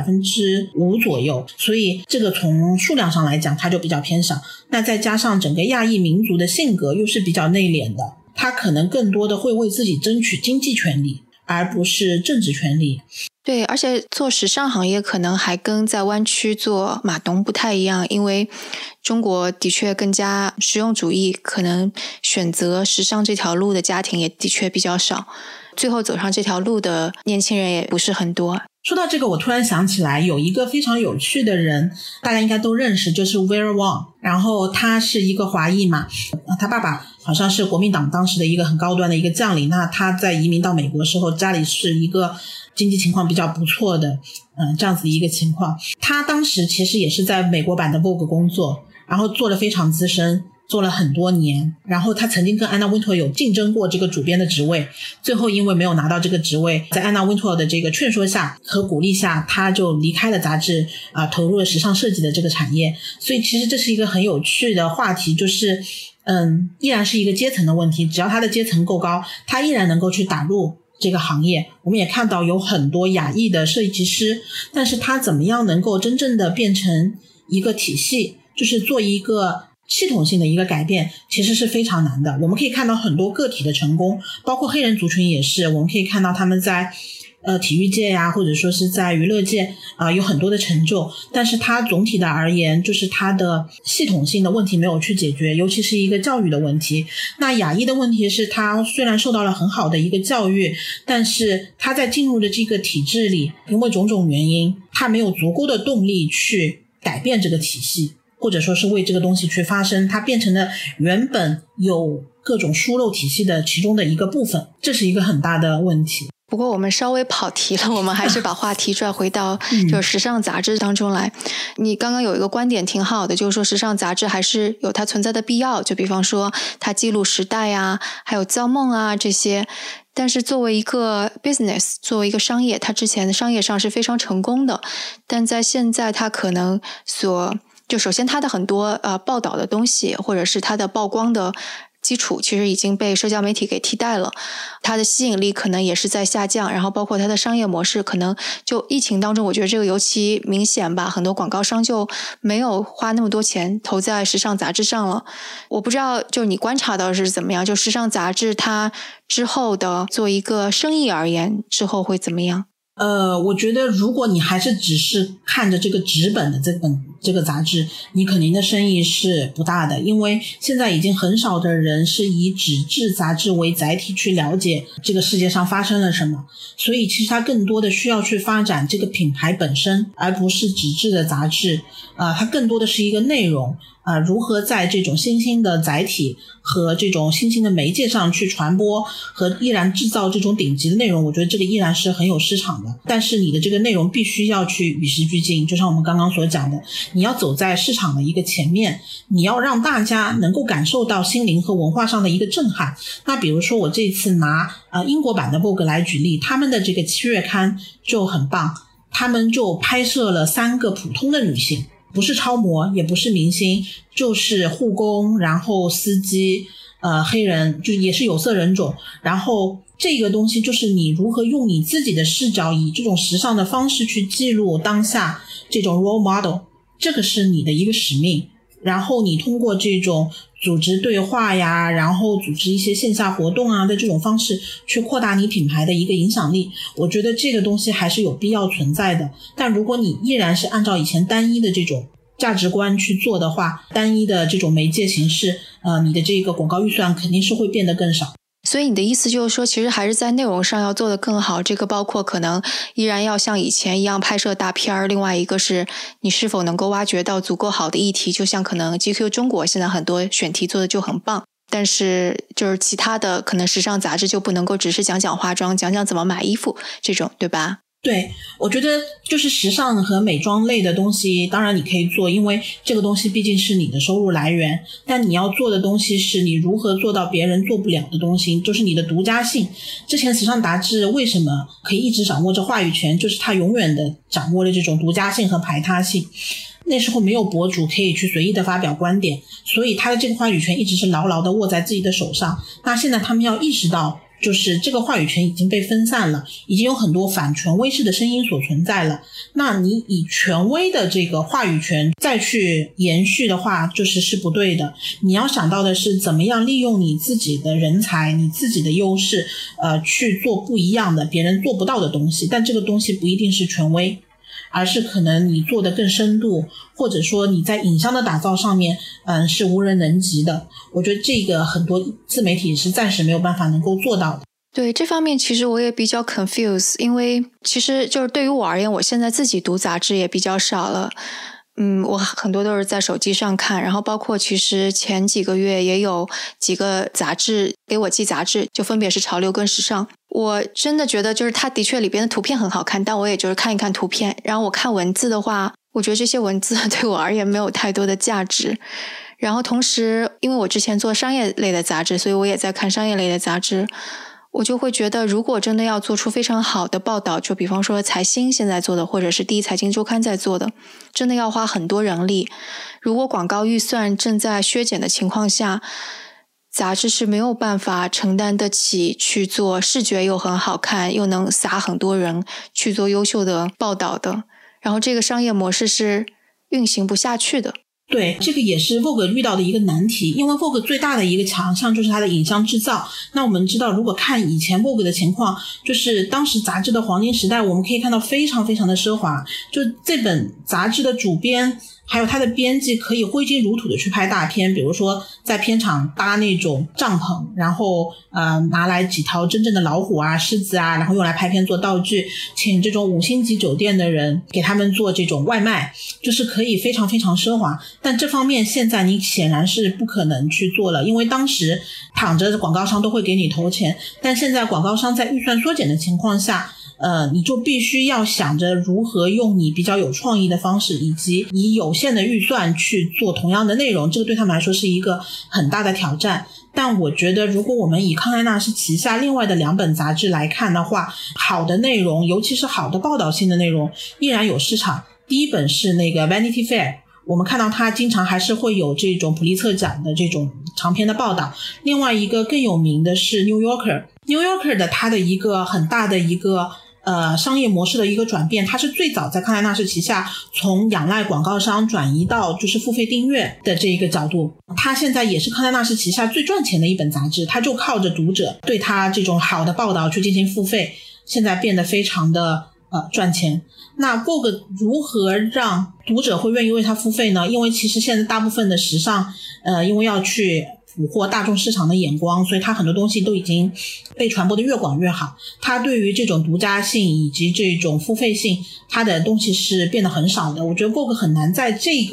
5% 左右，所以这个从数量上来讲它就比较偏少。那再加上整个亚裔民族的性格又是比较内敛的，他可能更多的会为自己争取经济权利而不是政治权利。 对，而且做时尚行业可能还跟在湾区做码农不太一样，因为中国的确更加实用主义，可能选择时尚这条路的家庭也的确比较少，最后走上这条路的年轻人也不是很多。 说到这个，我突然想起来有一个非常有趣的人，大家应该都认识，就是 Vera Wang。然后他是一个华裔嘛，他爸爸好像是国民党当时的一个很高端的一个将领，那他在移民到美国的时候，家里是一个经济情况比较不错的这样子一个情况。他当时其实也是在美国版的 Vogue 工作，然后做得非常资深，做了很多年，然后他曾经跟安娜温托尔有竞争过这个主编的职位，最后因为没有拿到这个职位，在安娜温托尔的这个劝说下和鼓励下，他就离开了杂志投入了时尚设计的这个产业。所以其实这是一个很有趣的话题，就是依然是一个阶层的问题，只要他的阶层够高，他依然能够去打入这个行业。我们也看到有很多亚裔的设计师，但是他怎么样能够真正的变成一个体系，就是做一个系统性的一个改变，其实是非常难的。我们可以看到很多个体的成功，包括黑人族群也是，我们可以看到他们在体育界呀，或者说是在娱乐界有很多的成就，但是它总体的而言，就是它的系统性的问题没有去解决，尤其是一个教育的问题。那亚裔的问题是，他虽然受到了很好的一个教育，但是他在进入的这个体制里，因为种种原因，他没有足够的动力去改变这个体系，或者说是为这个东西去发声，它变成了原本有各种疏漏体系的其中的一个部分，这是一个很大的问题。 不过我们稍微跑题了，我们还是把话题拽回到就是时尚杂志当中来。你刚刚有一个观点挺好的，就是说时尚杂志还是有它存在的必要，就比方说它记录时代啊，还有造梦啊这些。但是作为一个 business， 作为一个商业，它之前的商业上是非常成功的，但在现在它可能就首先它的很多报道的东西，或者是它的曝光的基础其实已经被社交媒体给替代了，它的吸引力可能也是在下降，然后包括它的商业模式可能就疫情当中，我觉得这个尤其明显吧，很多广告商就没有花那么多钱投在时尚杂志上了。我不知道就你观察到是怎么样，就时尚杂志它之后的做一个生意而言之后会怎么样？ 我觉得如果你还是只是看着这个纸本的这个杂志，你肯定的生意是不大的，因为现在已经很少的人是以纸质杂志为载体去了解这个世界上发生了什么，所以其实它更多的需要去发展这个品牌本身，而不是纸质的杂志它更多的是一个内容。 如何在这种新兴的载体和这种新兴的媒介上去传播和依然制造这种顶级的内容，我觉得这个依然是很有市场的。但是你的这个内容必须要去与时俱进，就像我们刚刚所讲的，你要走在市场的一个前面，你要让大家能够感受到心灵和文化上的一个震撼。那比如说我这次拿英国版的 Vogue 来举例，他们的这个7月刊就很棒，他们就拍摄了3个普通的女性，不是超模也不是明星，就是护工，然后司机，黑人，就也是有色人种。然后这个东西就是你如何用你自己的视角，以这种时尚的方式去记录当下这种 role model， 这个是你的一个使命。然后你通过这种组织对话呀，然后组织一些线下活动啊的这种方式去扩大你品牌的一个影响力，我觉得这个东西还是有必要存在的。但如果你依然是按照以前单一的这种价值观去做的话，单一的这种媒介形式，你的这个广告预算肯定是会变得更少。 所以你的意思就是说，其实还是在内容上要做得更好，这个包括可能依然要像以前一样拍摄大片儿，另外一个是你是否能够挖掘到足够好的议题，就像可能 GQ 中国现在很多选题做的就很棒，但是就是其他的可能时尚杂志就不能够只是讲讲化妆，讲讲怎么买衣服这种，对吧？ 对，我觉得就是时尚和美妆类的东西当然你可以做，因为这个东西毕竟是你的收入来源，但你要做的东西是你如何做到别人做不了的东西，就是你的独家性。之前时尚杂志为什么可以一直掌握着话语权，就是它永远的掌握了这种独家性和排他性。那时候没有博主可以去随意的发表观点，所以他的这个话语权一直是牢牢的握在自己的手上。那现在他们要意识到，就是这个话语权已经被分散了，已经有很多反权威式的声音所存在了。那你以权威的这个话语权再去延续的话，是不对的。你要想到的是怎么样利用你自己的人才，你自己的优势，去做不一样的别人做不到的东西。但这个东西不一定是权威，而是可能你做的更深度，或者说你在影像的打造上面是无人能及的。我觉得这个很多自媒体是暂时没有办法能够做到的。 对，这方面其实我也比较 confused， 因为其实就是对于我而言，我现在自己读杂志也比较少了。我很多都是在手机上看，然后包括其实前几个月也有几个杂志给我寄杂志，就分别是潮流跟时尚。我真的觉得就是它的确里边的图片很好看，但我也就是看一看图片，然后我看文字的话，我觉得这些文字对我而言没有太多的价值。然后同时因为我之前做商业类的杂志，所以我也在看商业类的杂志，我就会觉得如果真的要做出非常好的报道，就比方说财新现在做的，或者是第一财经周刊在做的，真的要花很多人力。如果广告预算正在削减的情况下，杂志是没有办法承担得起去做视觉又很好看又能撒很多人去做优秀的报道的，然后这个商业模式是运行不下去的。 对，这个也是 Vogue 遇到的一个难题，因为 Vogue 最大的一个强项就是它的影像制造。那我们知道，如果看以前 Vogue 的情况，就是当时杂志的黄金时代，我们可以看到非常非常的奢华，就这本杂志的主编还有他的编辑可以挥金如土的去拍大片，比如说在片场搭那种帐篷，然后拿来几条真正的老虎啊狮子啊，然后用来拍片做道具，请这种5星级酒店的人给他们做这种外卖，就是可以非常非常奢华。但这方面现在你显然是不可能去做了，因为当时躺着广告商都会给你投钱，但现在广告商在预算缩减的情况下，你就必须要想着如何用你比较有创意的方式，以及以有限的预算去做同样的内容，这个对他们来说是一个很大的挑战。但我觉得如果我们以康奈纳氏旗下另外的2本杂志来看的话，好的内容，尤其是好的报道性的内容依然有市场。第一本是那个 Vanity Fair，我们看到它经常还是会有这种普利策奖的这种长篇的报道。另外一个更有名的是 New Yorker 的它的一个很大的一个商业模式的一个转变，它是最早在康奈纳氏旗下从仰赖广告商转移到就是付费订阅的这一个角度。它现在也是康奈纳氏旗下最赚钱的一本杂志，它就靠着读者对它这种好的报道去进行付费，现在变得非常的赚钱。那 Vogue 如何让读者会愿意为它付费呢？因为其实现在大部分的时尚因为要去俘获大众市场的眼光，所以它很多东西都已经被传播的越广越好。它对于这种独家性以及这种付费性，它的东西是变得很少的。我觉得 Vogue 很难在这个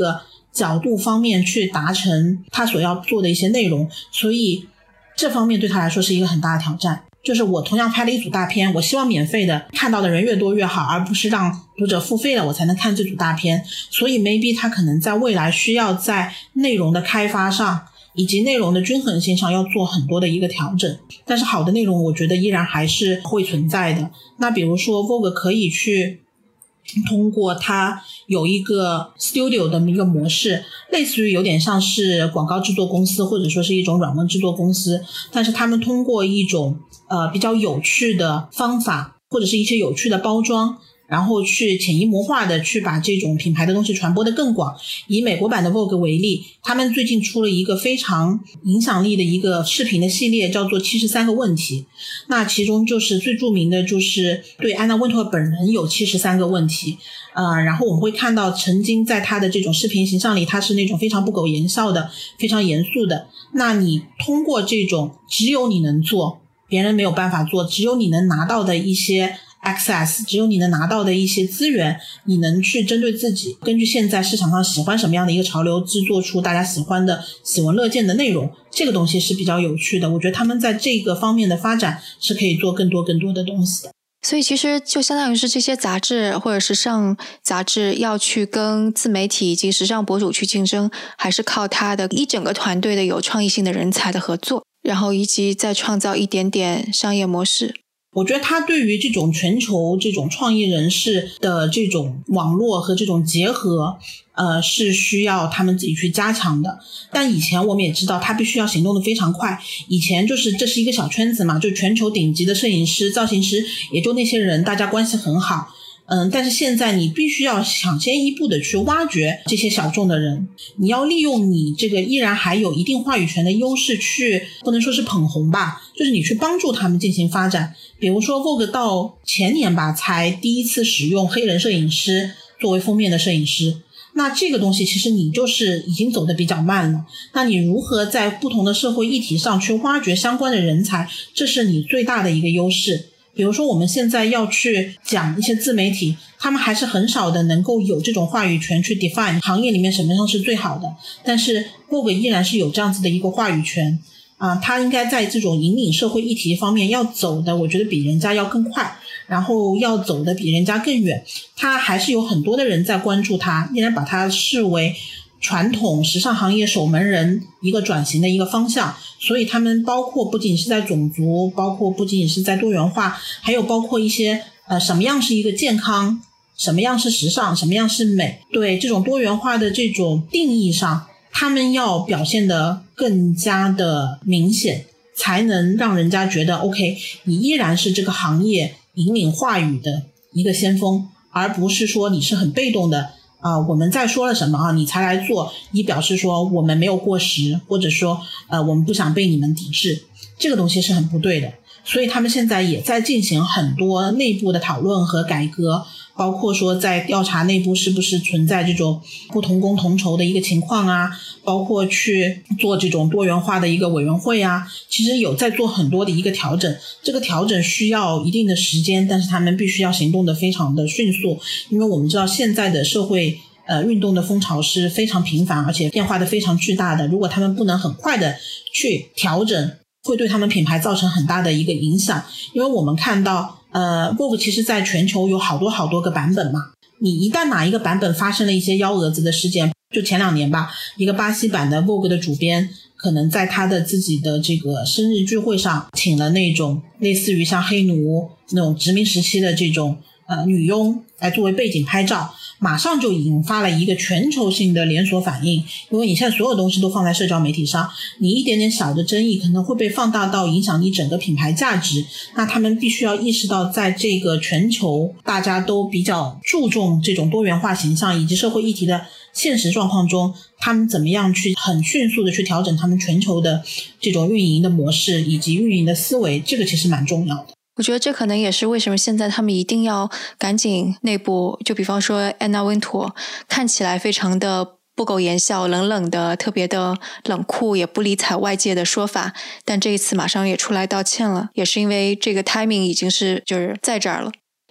角度方面去达成他所要做的一些内容，所以这方面对他来说是一个很大的挑战。就是我同样拍了一组大片，我希望免费的看到的人越多越好，而不是让读者付费了我才能看这组大片。所以 maybe 他可能在未来需要在内容的开发上以及内容的均衡性上要做很多的一个调整，但是好的内容我觉得依然还是会存在的。那比如说 Vogue 可以去通过它有一个 studio 的一个模式，类似于有点像是广告制作公司或者说是一种软文制作公司，但是他们通过一种比较有趣的方法或者是一些有趣的包装，然后去潜移默化的去把这种品牌的东西传播得更广。以美国版的 Vogue 为例，他们最近出了一个非常影响力的一个视频的系列，叫做73个问题。那其中就是最著名的就是对安娜温托本人有73个问题。然后我们会看到曾经在他的这种视频形象里，他是那种非常不苟言笑的，非常严肃的。那你通过这种只有你能做别人没有办法做，只有你能拿到的一些access， 只有你能拿到的一些资源，你能去针对自己，根据现在市场上喜欢什么样的一个潮流，制作出大家喜欢的喜闻乐见的内容，这个东西是比较有趣的。我觉得他们在这个方面的发展是可以做更多的东西的。 所以其实就相当于是这些杂志或者时尚杂志要去跟自媒体以及时尚博主去竞争，还是靠他的一整个团队的有创意性的人才的合作，然后以及再创造一点点商业模式。 我觉得他对于这种全球这种创意人士的这种网络和这种结合是需要他们自己去加强的。但以前我们也知道他必须要行动的非常快，以前就是这是一个小圈子嘛，就全球顶级的摄影师造型师也就那些人，大家关系很好。但是现在你必须要抢先一步的去挖掘这些小众的人，你要利用你这个依然还有一定话语权的优势去，不能说是捧红吧，就是你去帮助他们进行发展。比如说 Vogue 到前年吧才第一次使用黑人摄影师作为封面的摄影师，那这个东西其实你就是已经走得比较慢了。那你如何在不同的社会议题上去挖掘相关的人才，这是你最大的一个优势。比如说我们现在要去讲一些自媒体，他们还是很少的能够有这种话语权去 define 行业里面什么样是最好的，但是 Vogue 依然是有这样子的一个话语权他应该在这种引领社会议题方面要走的，我觉得比人家要更快，然后要走的比人家更远。他还是有很多的人在关注他，依然把他视为传统时尚行业守门人一个转型的一个方向。所以他们包括不仅是在种族，包括不仅是在多元化，还有包括一些什么样是一个健康，什么样是时尚，什么样是美，对这种多元化的这种定义上，他们要表现得更加的明显，才能让人家觉得 OK， 你依然是这个行业引领话语的一个先锋，而不是说你是很被动的我们在说了什么你才来做，以表示说我们没有过时，或者说我们不想被你们抵制，这个东西是很不对的。所以他们现在也在进行很多内部的讨论和改革，包括说在调查内部是不是存在这种不同工同酬的一个情况包括去做这种多元化的一个委员会其实有在做很多的一个调整。这个调整需要一定的时间，但是他们必须要行动的非常的迅速，因为我们知道现在的社会运动的风潮是非常频繁，而且变化的非常巨大的，如果他们不能很快的去调整，会对他们品牌造成很大的一个影响。因为我们看到Vogue 其实在全球有好多个版本嘛，你一旦哪一个版本发生了一些幺蛾子的事件，就前2年吧，一个巴西版的 Vogue 的主编可能在他的自己的这个生日聚会上请了那种类似于像黑奴那种殖民时期的这种女佣来作为背景拍照，马上就引发了一个全球性的连锁反应。因为你现在所有东西都放在社交媒体上，你一点点小的争议可能会被放大到影响你整个品牌价值，那他们必须要意识到在这个全球大家都比较注重这种多元化形象以及社会议题的现实状况中，他们怎么样去很迅速的去调整他们全球的这种运营的模式以及运营的思维，这个其实蛮重要的。 我觉得这可能也是为什么现在他们一定要赶紧内部，就比方说安娜温托看起来非常的不苟言笑，冷冷的，特别的冷酷，也不理睬外界的说法，但这一次马上也出来道歉了，也是因为这个 timing 已经是就是在这儿了。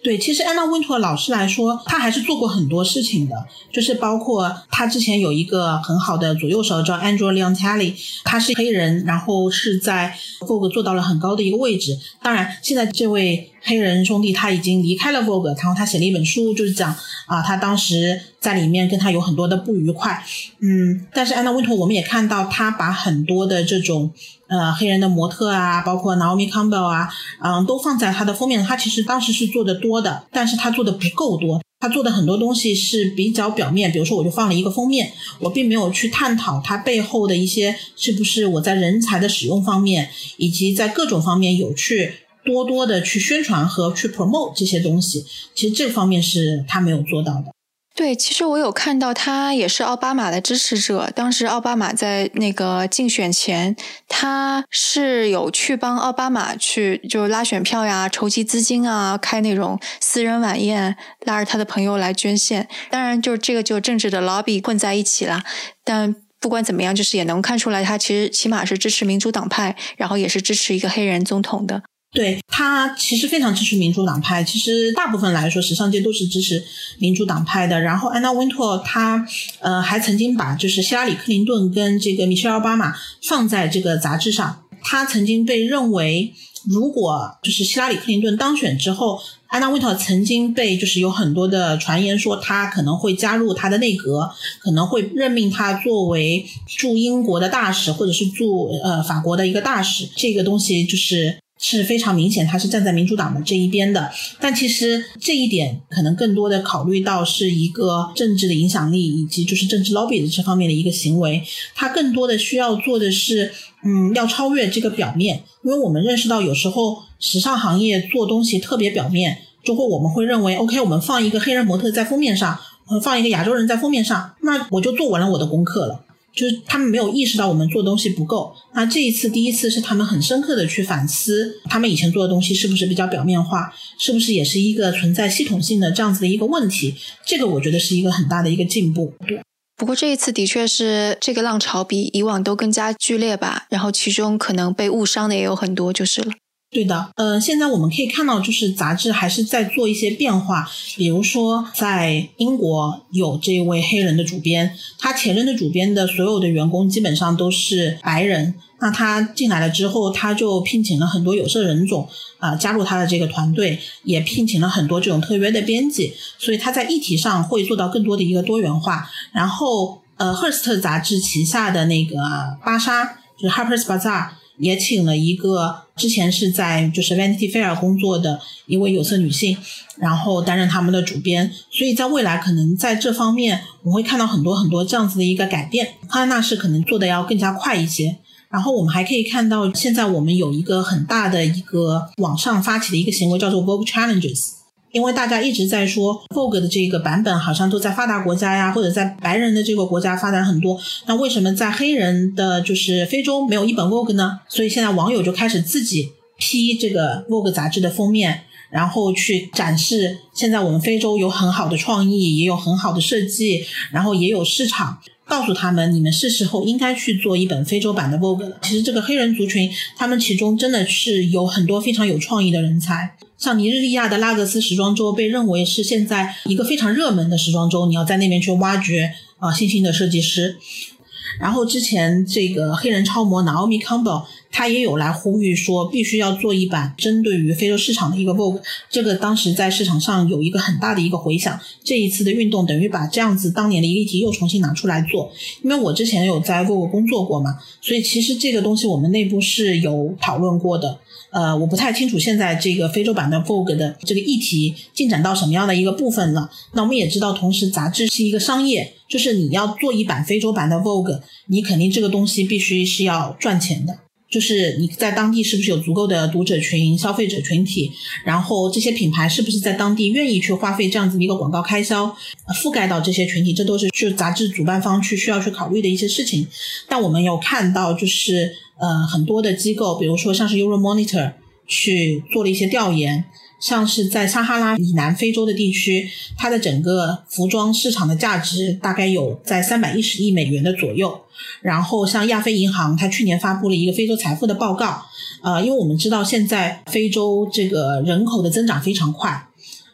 对，其实安娜温托老师来说，她还是做过很多事情的，就是包括她之前有一个很好的左右手叫 Andrew Leontelli， 他是黑人，然后是在 Vogue 做到了很高的一个位置。当然现在这位黑人兄弟他已经离开了 Vogue， 然后他写了一本书，就是讲他当时在里面跟他有很多的不愉快。但是安娜温托我们也看到他把很多的这种黑人的模特啊，包括 Naomi Campbell 啊，都放在他的封面。他其实当时是做的多的，但是他做的不够多。他做的很多东西是比较表面，比如说我就放了一个封面，我并没有去探讨它背后的一些是不是我在人才的使用方面，以及在各种方面有去多多的去宣传和去 promote 这些东西。其实这方面是他没有做到的。 对，其实我有看到他也是奥巴马的支持者，当时奥巴马在那个竞选前，他是有去帮奥巴马去就拉选票呀，筹集资金啊，开那种私人晚宴，拉着他的朋友来捐献。当然就这个就政治的 lobby 混在一起了，但不管怎么样，就是也能看出来他其实起码是支持民主党派，然后也是支持一个黑人总统的。 对，他其实非常支持民主党派，其实大部分来说时尚界都是支持民主党派的。然后安娜温托他还曾经把就是希拉里克林顿跟这个米歇尔奥巴马放在这个杂志上。他曾经被认为，如果就是希拉里克林顿当选之后，安娜温托曾经被就是有很多的传言说他可能会加入他的内阁，可能会任命他作为驻英国的大使，或者是驻法国的一个大使。这个东西是非常明显他是站在民主党的这一边的。但其实这一点可能更多的考虑到是一个政治的影响力以及就是政治 lobby 的这方面的一个行为。他更多的需要做的是要超越这个表面。因为我们认识到有时候时尚行业做东西特别表面，就会我们会认为 OK 我们放一个黑人模特在封面上，放一个亚洲人在封面上，那我就做完了我的功课了。就是他们没有意识到我们做东西不够。那这一次第一次是他们很深刻的去反思他们以前做的东西是不是比较表面化，是不是也是一个存在系统性的这样子的一个问题。这个我觉得是一个很大的一个进步。 不过这一次的确是这个浪潮比以往都更加剧烈吧，然后其中可能被误伤的也有很多就是了。 对的，现在我们可以看到就是杂志还是在做一些变化。比如说在英国有这位黑人的主编，他前任的主编的所有的员工基本上都是白人。那他进来了之后，他就聘请了很多有色人种加入他的这个团队，也聘请了很多这种特约的编辑，所以他在议题上会做到更多的一个多元化。然后Hearst 杂志旗下的那个芭莎就是 Harper's Bazaar也请了一个之前是在就是 Vanity Fair 工作的一位有色女性，然后担任他们的主编。所以在未来可能在这方面我们会看到很多很多这样子的一个改变。康奈纳是可能做的要更加快一些。然后我们还可以看到现在我们有一个很大的一个网上发起的一个行为叫做 Vogue Challenges。因为大家一直在说 Vogue 的这个版本好像都在发达国家呀，或者在白人的这个国家发展很多，那为什么在黑人的就是非洲没有一本 Vogue 呢？所以现在网友就开始自己批这个 Vogue 杂志的封面，然后去展示现在我们非洲有很好的创意，也有很好的设计，然后也有市场，告诉他们你们是时候应该去做一本非洲版的 Vogue 了。其实这个黑人族群他们其中真的是有很多非常有创意的人才，像尼日利亚的拉各斯时装周被认为是现在一个非常热门的时装周，你要在那边去挖掘新兴的设计师。然后之前这个黑人超模 Naomi Campbell 他也有来呼吁说必须要做一版针对于非洲市场的一个 Vogue， 这个当时在市场上有一个很大的一个回响。这一次的运动等于把这样子当年的一个议题又重新拿出来做。因为我之前有在 Vogue 工作过嘛，所以其实这个东西我们内部是有讨论过的。我不太清楚现在这个非洲版的 Vogue 的这个议题进展到什么样的一个部分了。那我们也知道同时杂志是一个商业，就是你要做一版非洲版的 Vogue， 你肯定这个东西必须是要赚钱的，就是你在当地是不是有足够的读者群、消费者群体，然后这些品牌是不是在当地愿意去花费这样子的一个广告开销覆盖到这些群体，这都是杂志主办方需要去考虑的一些事情。但我们有看到就是很多的机构，比如说像是 Euromonitor 去做了一些调研，像是在撒哈拉以南非洲的地区，它的整个服装市场的价值大概有在310亿美元的左右。然后像亚非银行它去年发布了一个非洲财富的报告，因为我们知道现在非洲这个人口的增长非常快，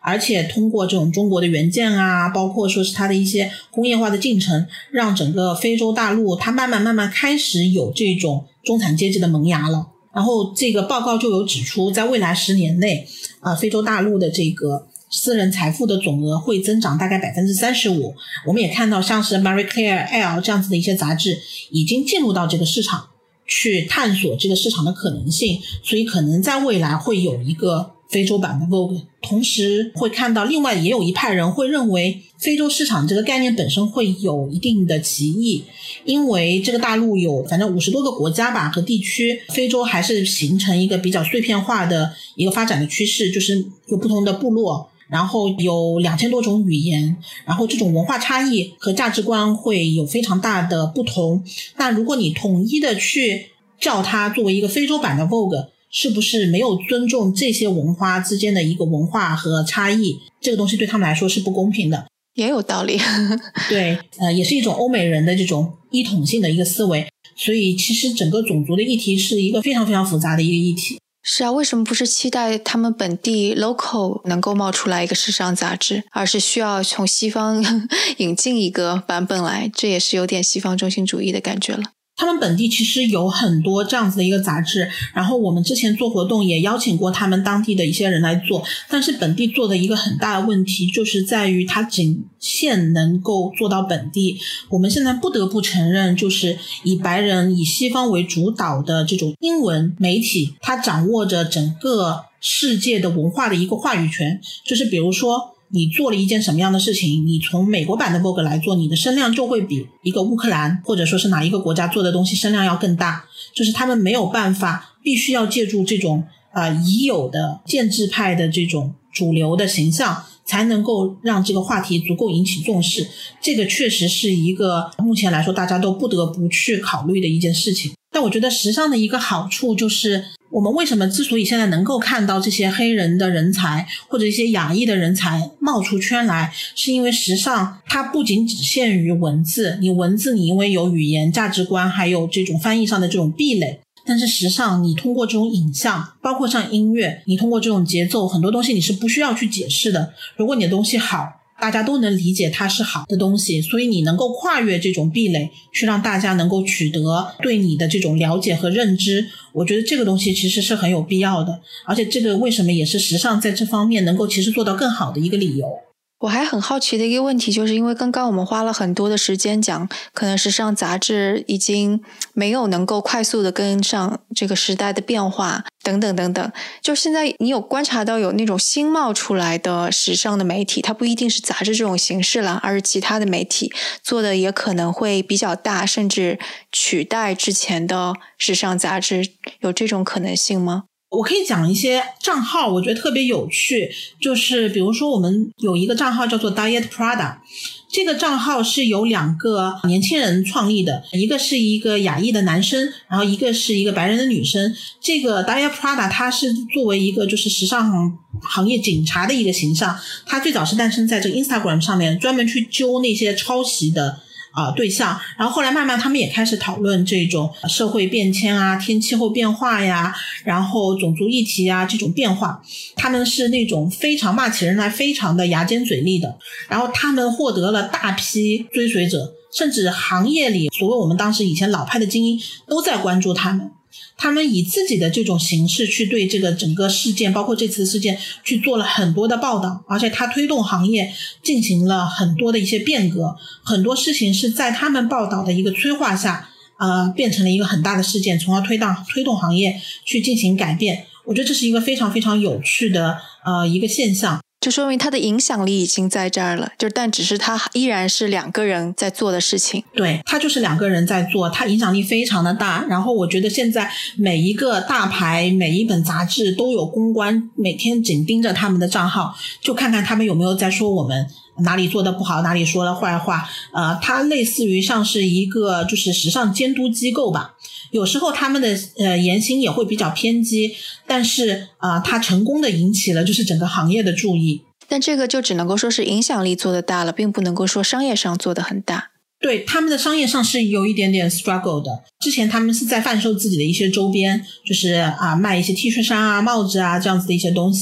而且通过这种中国的援建啊，包括说是它的一些工业化的进程，让整个非洲大陆它慢慢开始有这种中产阶级的萌芽了。然后这个报告就有指出，在未来10年内非洲大陆的这个私人财富的总额会增长大概 35%。 我们也看到像是 Marie Claire Elle 这样子的一些杂志已经进入到这个市场去探索这个市场的可能性，所以可能在未来会有一个非洲版的 Vogue。 同时会看到另外也有一派人会认为非洲市场这个概念本身会有一定的歧义，因为这个大陆有反正50多个国家吧和地区，非洲还是形成一个比较碎片化的一个发展的趋势，就是有不同的部落，然后有2000多种语言，然后这种文化差异和价值观会有非常大的不同。那如果你统一的去叫它作为一个非洲版的 Vogue， 是不是没有尊重这些文化之间的一个文化和差异，这个东西对他们来说是不公平的。 也有道理对，也是一种欧美人的这种一统性的一个思维，所以其实整个种族的议题是一个非常非常复杂的一个议题。 是啊，为什么不是期待他们本地 local 能够冒出来一个时尚杂志，而是需要从西方引进一个版本来，这也是有点西方中心主义的感觉了。 他们本地其实有很多这样子的一个杂志，然后我们之前做活动也邀请过他们当地的一些人来做，但是本地做的一个很大的问题就是在于它仅限能够做到本地。我们现在不得不承认，就是以白人以西方为主导的这种英文媒体，它掌握着整个世界的文化的一个话语权。就是比如说你做了一件什么样的事情，你从美国版的 Vogue 来做，你的声量就会比一个乌克兰或者说是哪一个国家做的东西声量要更大。就是他们没有办法，必须要借助这种已有的建制派的这种主流的形象，才能够让这个话题足够引起重视。这个确实是一个目前来说大家都不得不去考虑的一件事情。但我觉得时尚的一个好处就是，我们为什么之所以现在能够看到这些黑人的人才或者一些亚裔的人才冒出圈来，是因为时尚它不仅只限于文字，你文字你因为有语言价值观还有这种翻译上的这种壁垒，但是时尚你通过这种影像，包括像音乐，你通过这种节奏，很多东西你是不需要去解释的。如果你的东西好，大家都能理解它是好的东西，所以你能够跨越这种壁垒，去让大家能够取得对你的这种了解和认知。我觉得这个东西其实是很有必要的，而且这个为什么也是时尚在这方面能够其实做到更好的一个理由。 我还很好奇的一个问题，就是因为刚刚我们花了很多的时间讲，可能时尚杂志已经没有能够快速的跟上这个时代的变化等等等等，就现在你有观察到有那种新冒出来的时尚的媒体，它不一定是杂志这种形式啦，而是其他的媒体做的也可能会比较大，甚至取代之前的时尚杂志，有这种可能性吗？ 我可以讲一些账号，我觉得特别有趣，就是比如说我们有一个账号叫做 Diet Prada， 这个账号是由2个年轻人创立的，一个是一个亚裔的男生，然后一个是一个白人的女生。这个 Diet Prada 它是作为一个就是时尚行业警察的一个形象，它最早是诞生在这个 Instagram 上面，专门去揪那些抄袭的对象，然后后来慢慢他们也开始讨论这种社会变迁啊、天气候变化呀，然后种族议题啊这种变化，他们是那种非常骂起人来非常的牙尖嘴利的，然后他们获得了大批追随者，甚至行业里所谓我们当时以前老派的精英都在关注他们。他们以自己的这种形式去对这个整个事件，包括这次事件去做了很多的报道，而且他推动行业进行了很多的一些变革，很多事情是在他们报道的一个催化下变成了一个很大的事件，从而推动行业去进行改变。我觉得这是一个非常非常有趣的一个现象， 就说明他的影响力已经在这儿了，但只是他依然是2个人在做的事情。 对，他就是2个人在做，他影响力非常的大。然后我觉得现在每一个大牌每一本杂志都有公关每天紧盯着他们的账号，就看看他们有没有在说我们哪里做的不好，哪里说了坏话。它类似于像是一个就是时尚监督机构吧，有时候他们的言行也会比较偏激，但是它成功的引起了就是整个行业的注意。 但这个就只能够说是影响力做得大了，并不能够说商业上做得很大。 对，他们的商业上是有一点点 struggle 的。之前他们是在贩售自己的一些周边，就是卖一些 T 恤衫啊、帽子啊这样子的一些东西。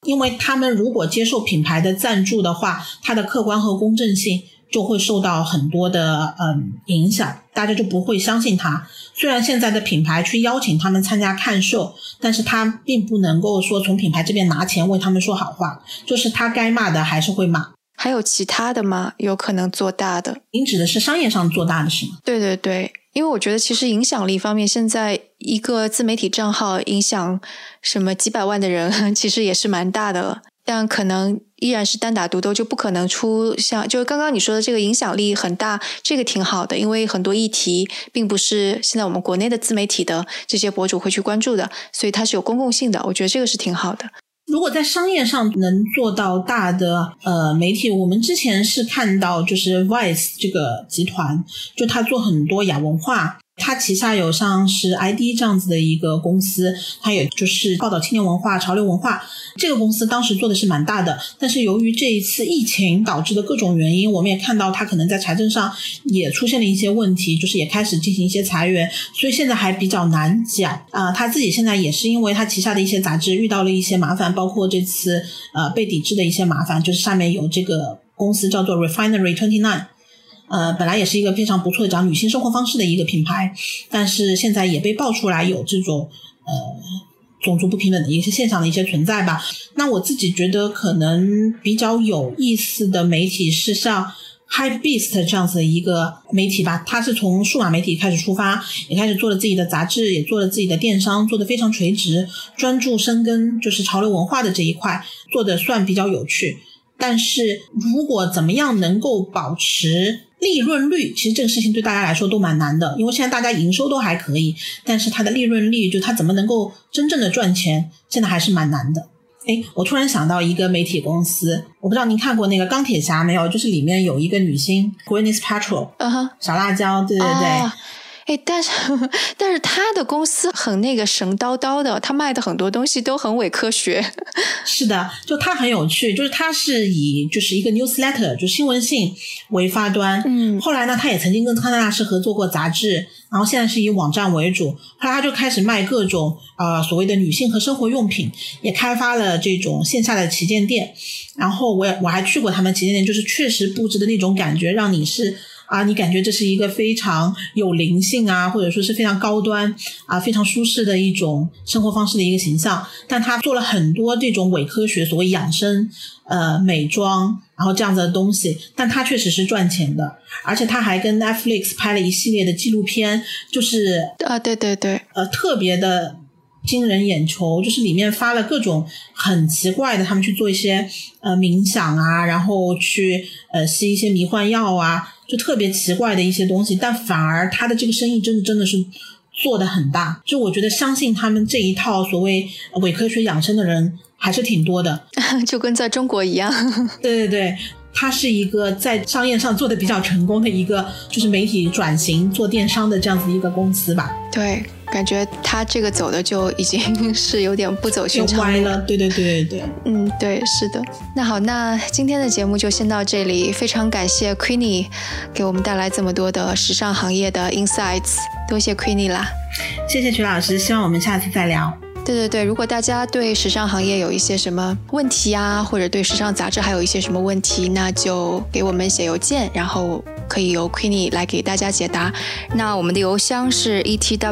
因为他们如果接受品牌的赞助的话，它的客观和公正性就会受到很多的影响，大家就不会相信它。虽然现在的品牌去邀请他们参加看秀，但是他并不能够说从品牌这边拿钱为他们说好话，就是他该骂的还是会骂。 还有其他的吗？有可能做大的？ 您指的是商业上做大的是吗？ 对对对，因为我觉得其实影响力方面，现在一个自媒体账号影响什么几百万的人其实也是蛮大的了，但可能依然是单打独斗，就不可能出像就是刚刚你说的这个影响力很大，这个挺好的，因为很多议题并不是现在我们国内的自媒体的这些博主会去关注的，所以它是有公共性的，我觉得这个是挺好的。 如果在商业上能做到大的媒体，我们之前是看到就是 Vice 这个集团，就他做很多亚文化，他旗下有像是 ID 这样子的一个公司，他也就是报道青年文化、潮流文化，这个公司当时做的是蛮大的，但是由于这一次疫情导致的各种原因，我们也看到他可能在财政上也出现了一些问题，就是也开始进行一些裁员，所以现在还比较难讲他自己现在也是因为他旗下的一些杂志遇到了一些麻烦，包括这次被抵制的一些麻烦，就是上面有这个公司叫做 Refinery 29，本来也是一个非常不错的讲女性生活方式的一个品牌，但是现在也被爆出来有这种种族不平等的一些现象的一些存在吧。那我自己觉得可能比较有意思的媒体是像 Hypebeast 这样子的一个媒体吧，它是从数码媒体开始出发，也开始做了自己的杂志，也做了自己的电商，做得非常垂直，专注深耕就是潮流文化的这一块，做得算比较有趣。但是如果怎么样能够保持利润率，其实这个事情对大家来说都蛮难的，因为现在大家营收都还可以，但是它的利润率就它怎么能够真正的赚钱，现在还是蛮难的。我突然想到一个媒体公司，我不知道您看过那个钢铁侠没有，就是里面有一个女星 Gwyneth Paltrow，小辣椒，对对对， 但是他的公司很那个神叨叨的，他卖的很多东西都很伪科学。 是的，就他很有趣，就是他是以就是一个 newsletter 就新闻信为发端，后来呢他也曾经跟康奈纳仕合作过杂志，然后现在是以网站为主，后来他就开始卖各种所谓的女性和生活用品，也开发了这种线下的旗舰店，然后我还去过他们旗舰店，就是确实布置的那种感觉让你是你感觉这是一个非常有灵性或者说是非常高端非常舒适的一种生活方式的一个形象，但他做了很多这种伪科学，所谓养生美妆然后这样子的东西，但他确实是赚钱的，而且他还跟 Netflix 拍了一系列的纪录片，就是对对对， 特别的惊人眼球，就是里面发了各种很奇怪的，他们去做一些冥想然后去吸一些迷幻药就特别奇怪的一些东西，但反而他的这个生意真的是做得很大，就我觉得相信他们这一套所谓伪科学养生的人还是挺多的就跟在中国一样对对对，它是一个在商业上做得比较成功的一个就是媒体转型做电商的这样子一个公司吧。 对，感觉他这个走的就已经是有点不走寻常歪了，对对对对对， 对，是的。那好，那今天的节目就先到这里，非常感谢 Queenie 给我们带来这么多的时尚行业的 insights， 多谢 Queenie 啦。 谢谢曲老师，希望我们下次再聊。 对对对，如果大家对时尚行业有一些什么问题或者对时尚杂志还有一些什么问题，那就给我们写邮件，然后可以由 Queenie 来给大家解答。那我们的邮箱是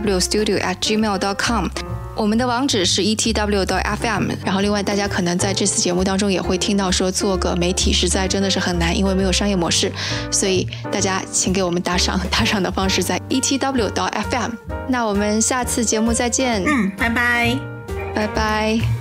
etwstudio@gmail.com， 我们的网址是 etw.fm。 然后另外大家可能在这次节目当中也会听到说做个媒体实在真的是很难，因为没有商业模式，所以大家请给我们打赏，打赏的方式在 etw.fm。 那我们下次节目再见。 拜拜。 拜拜。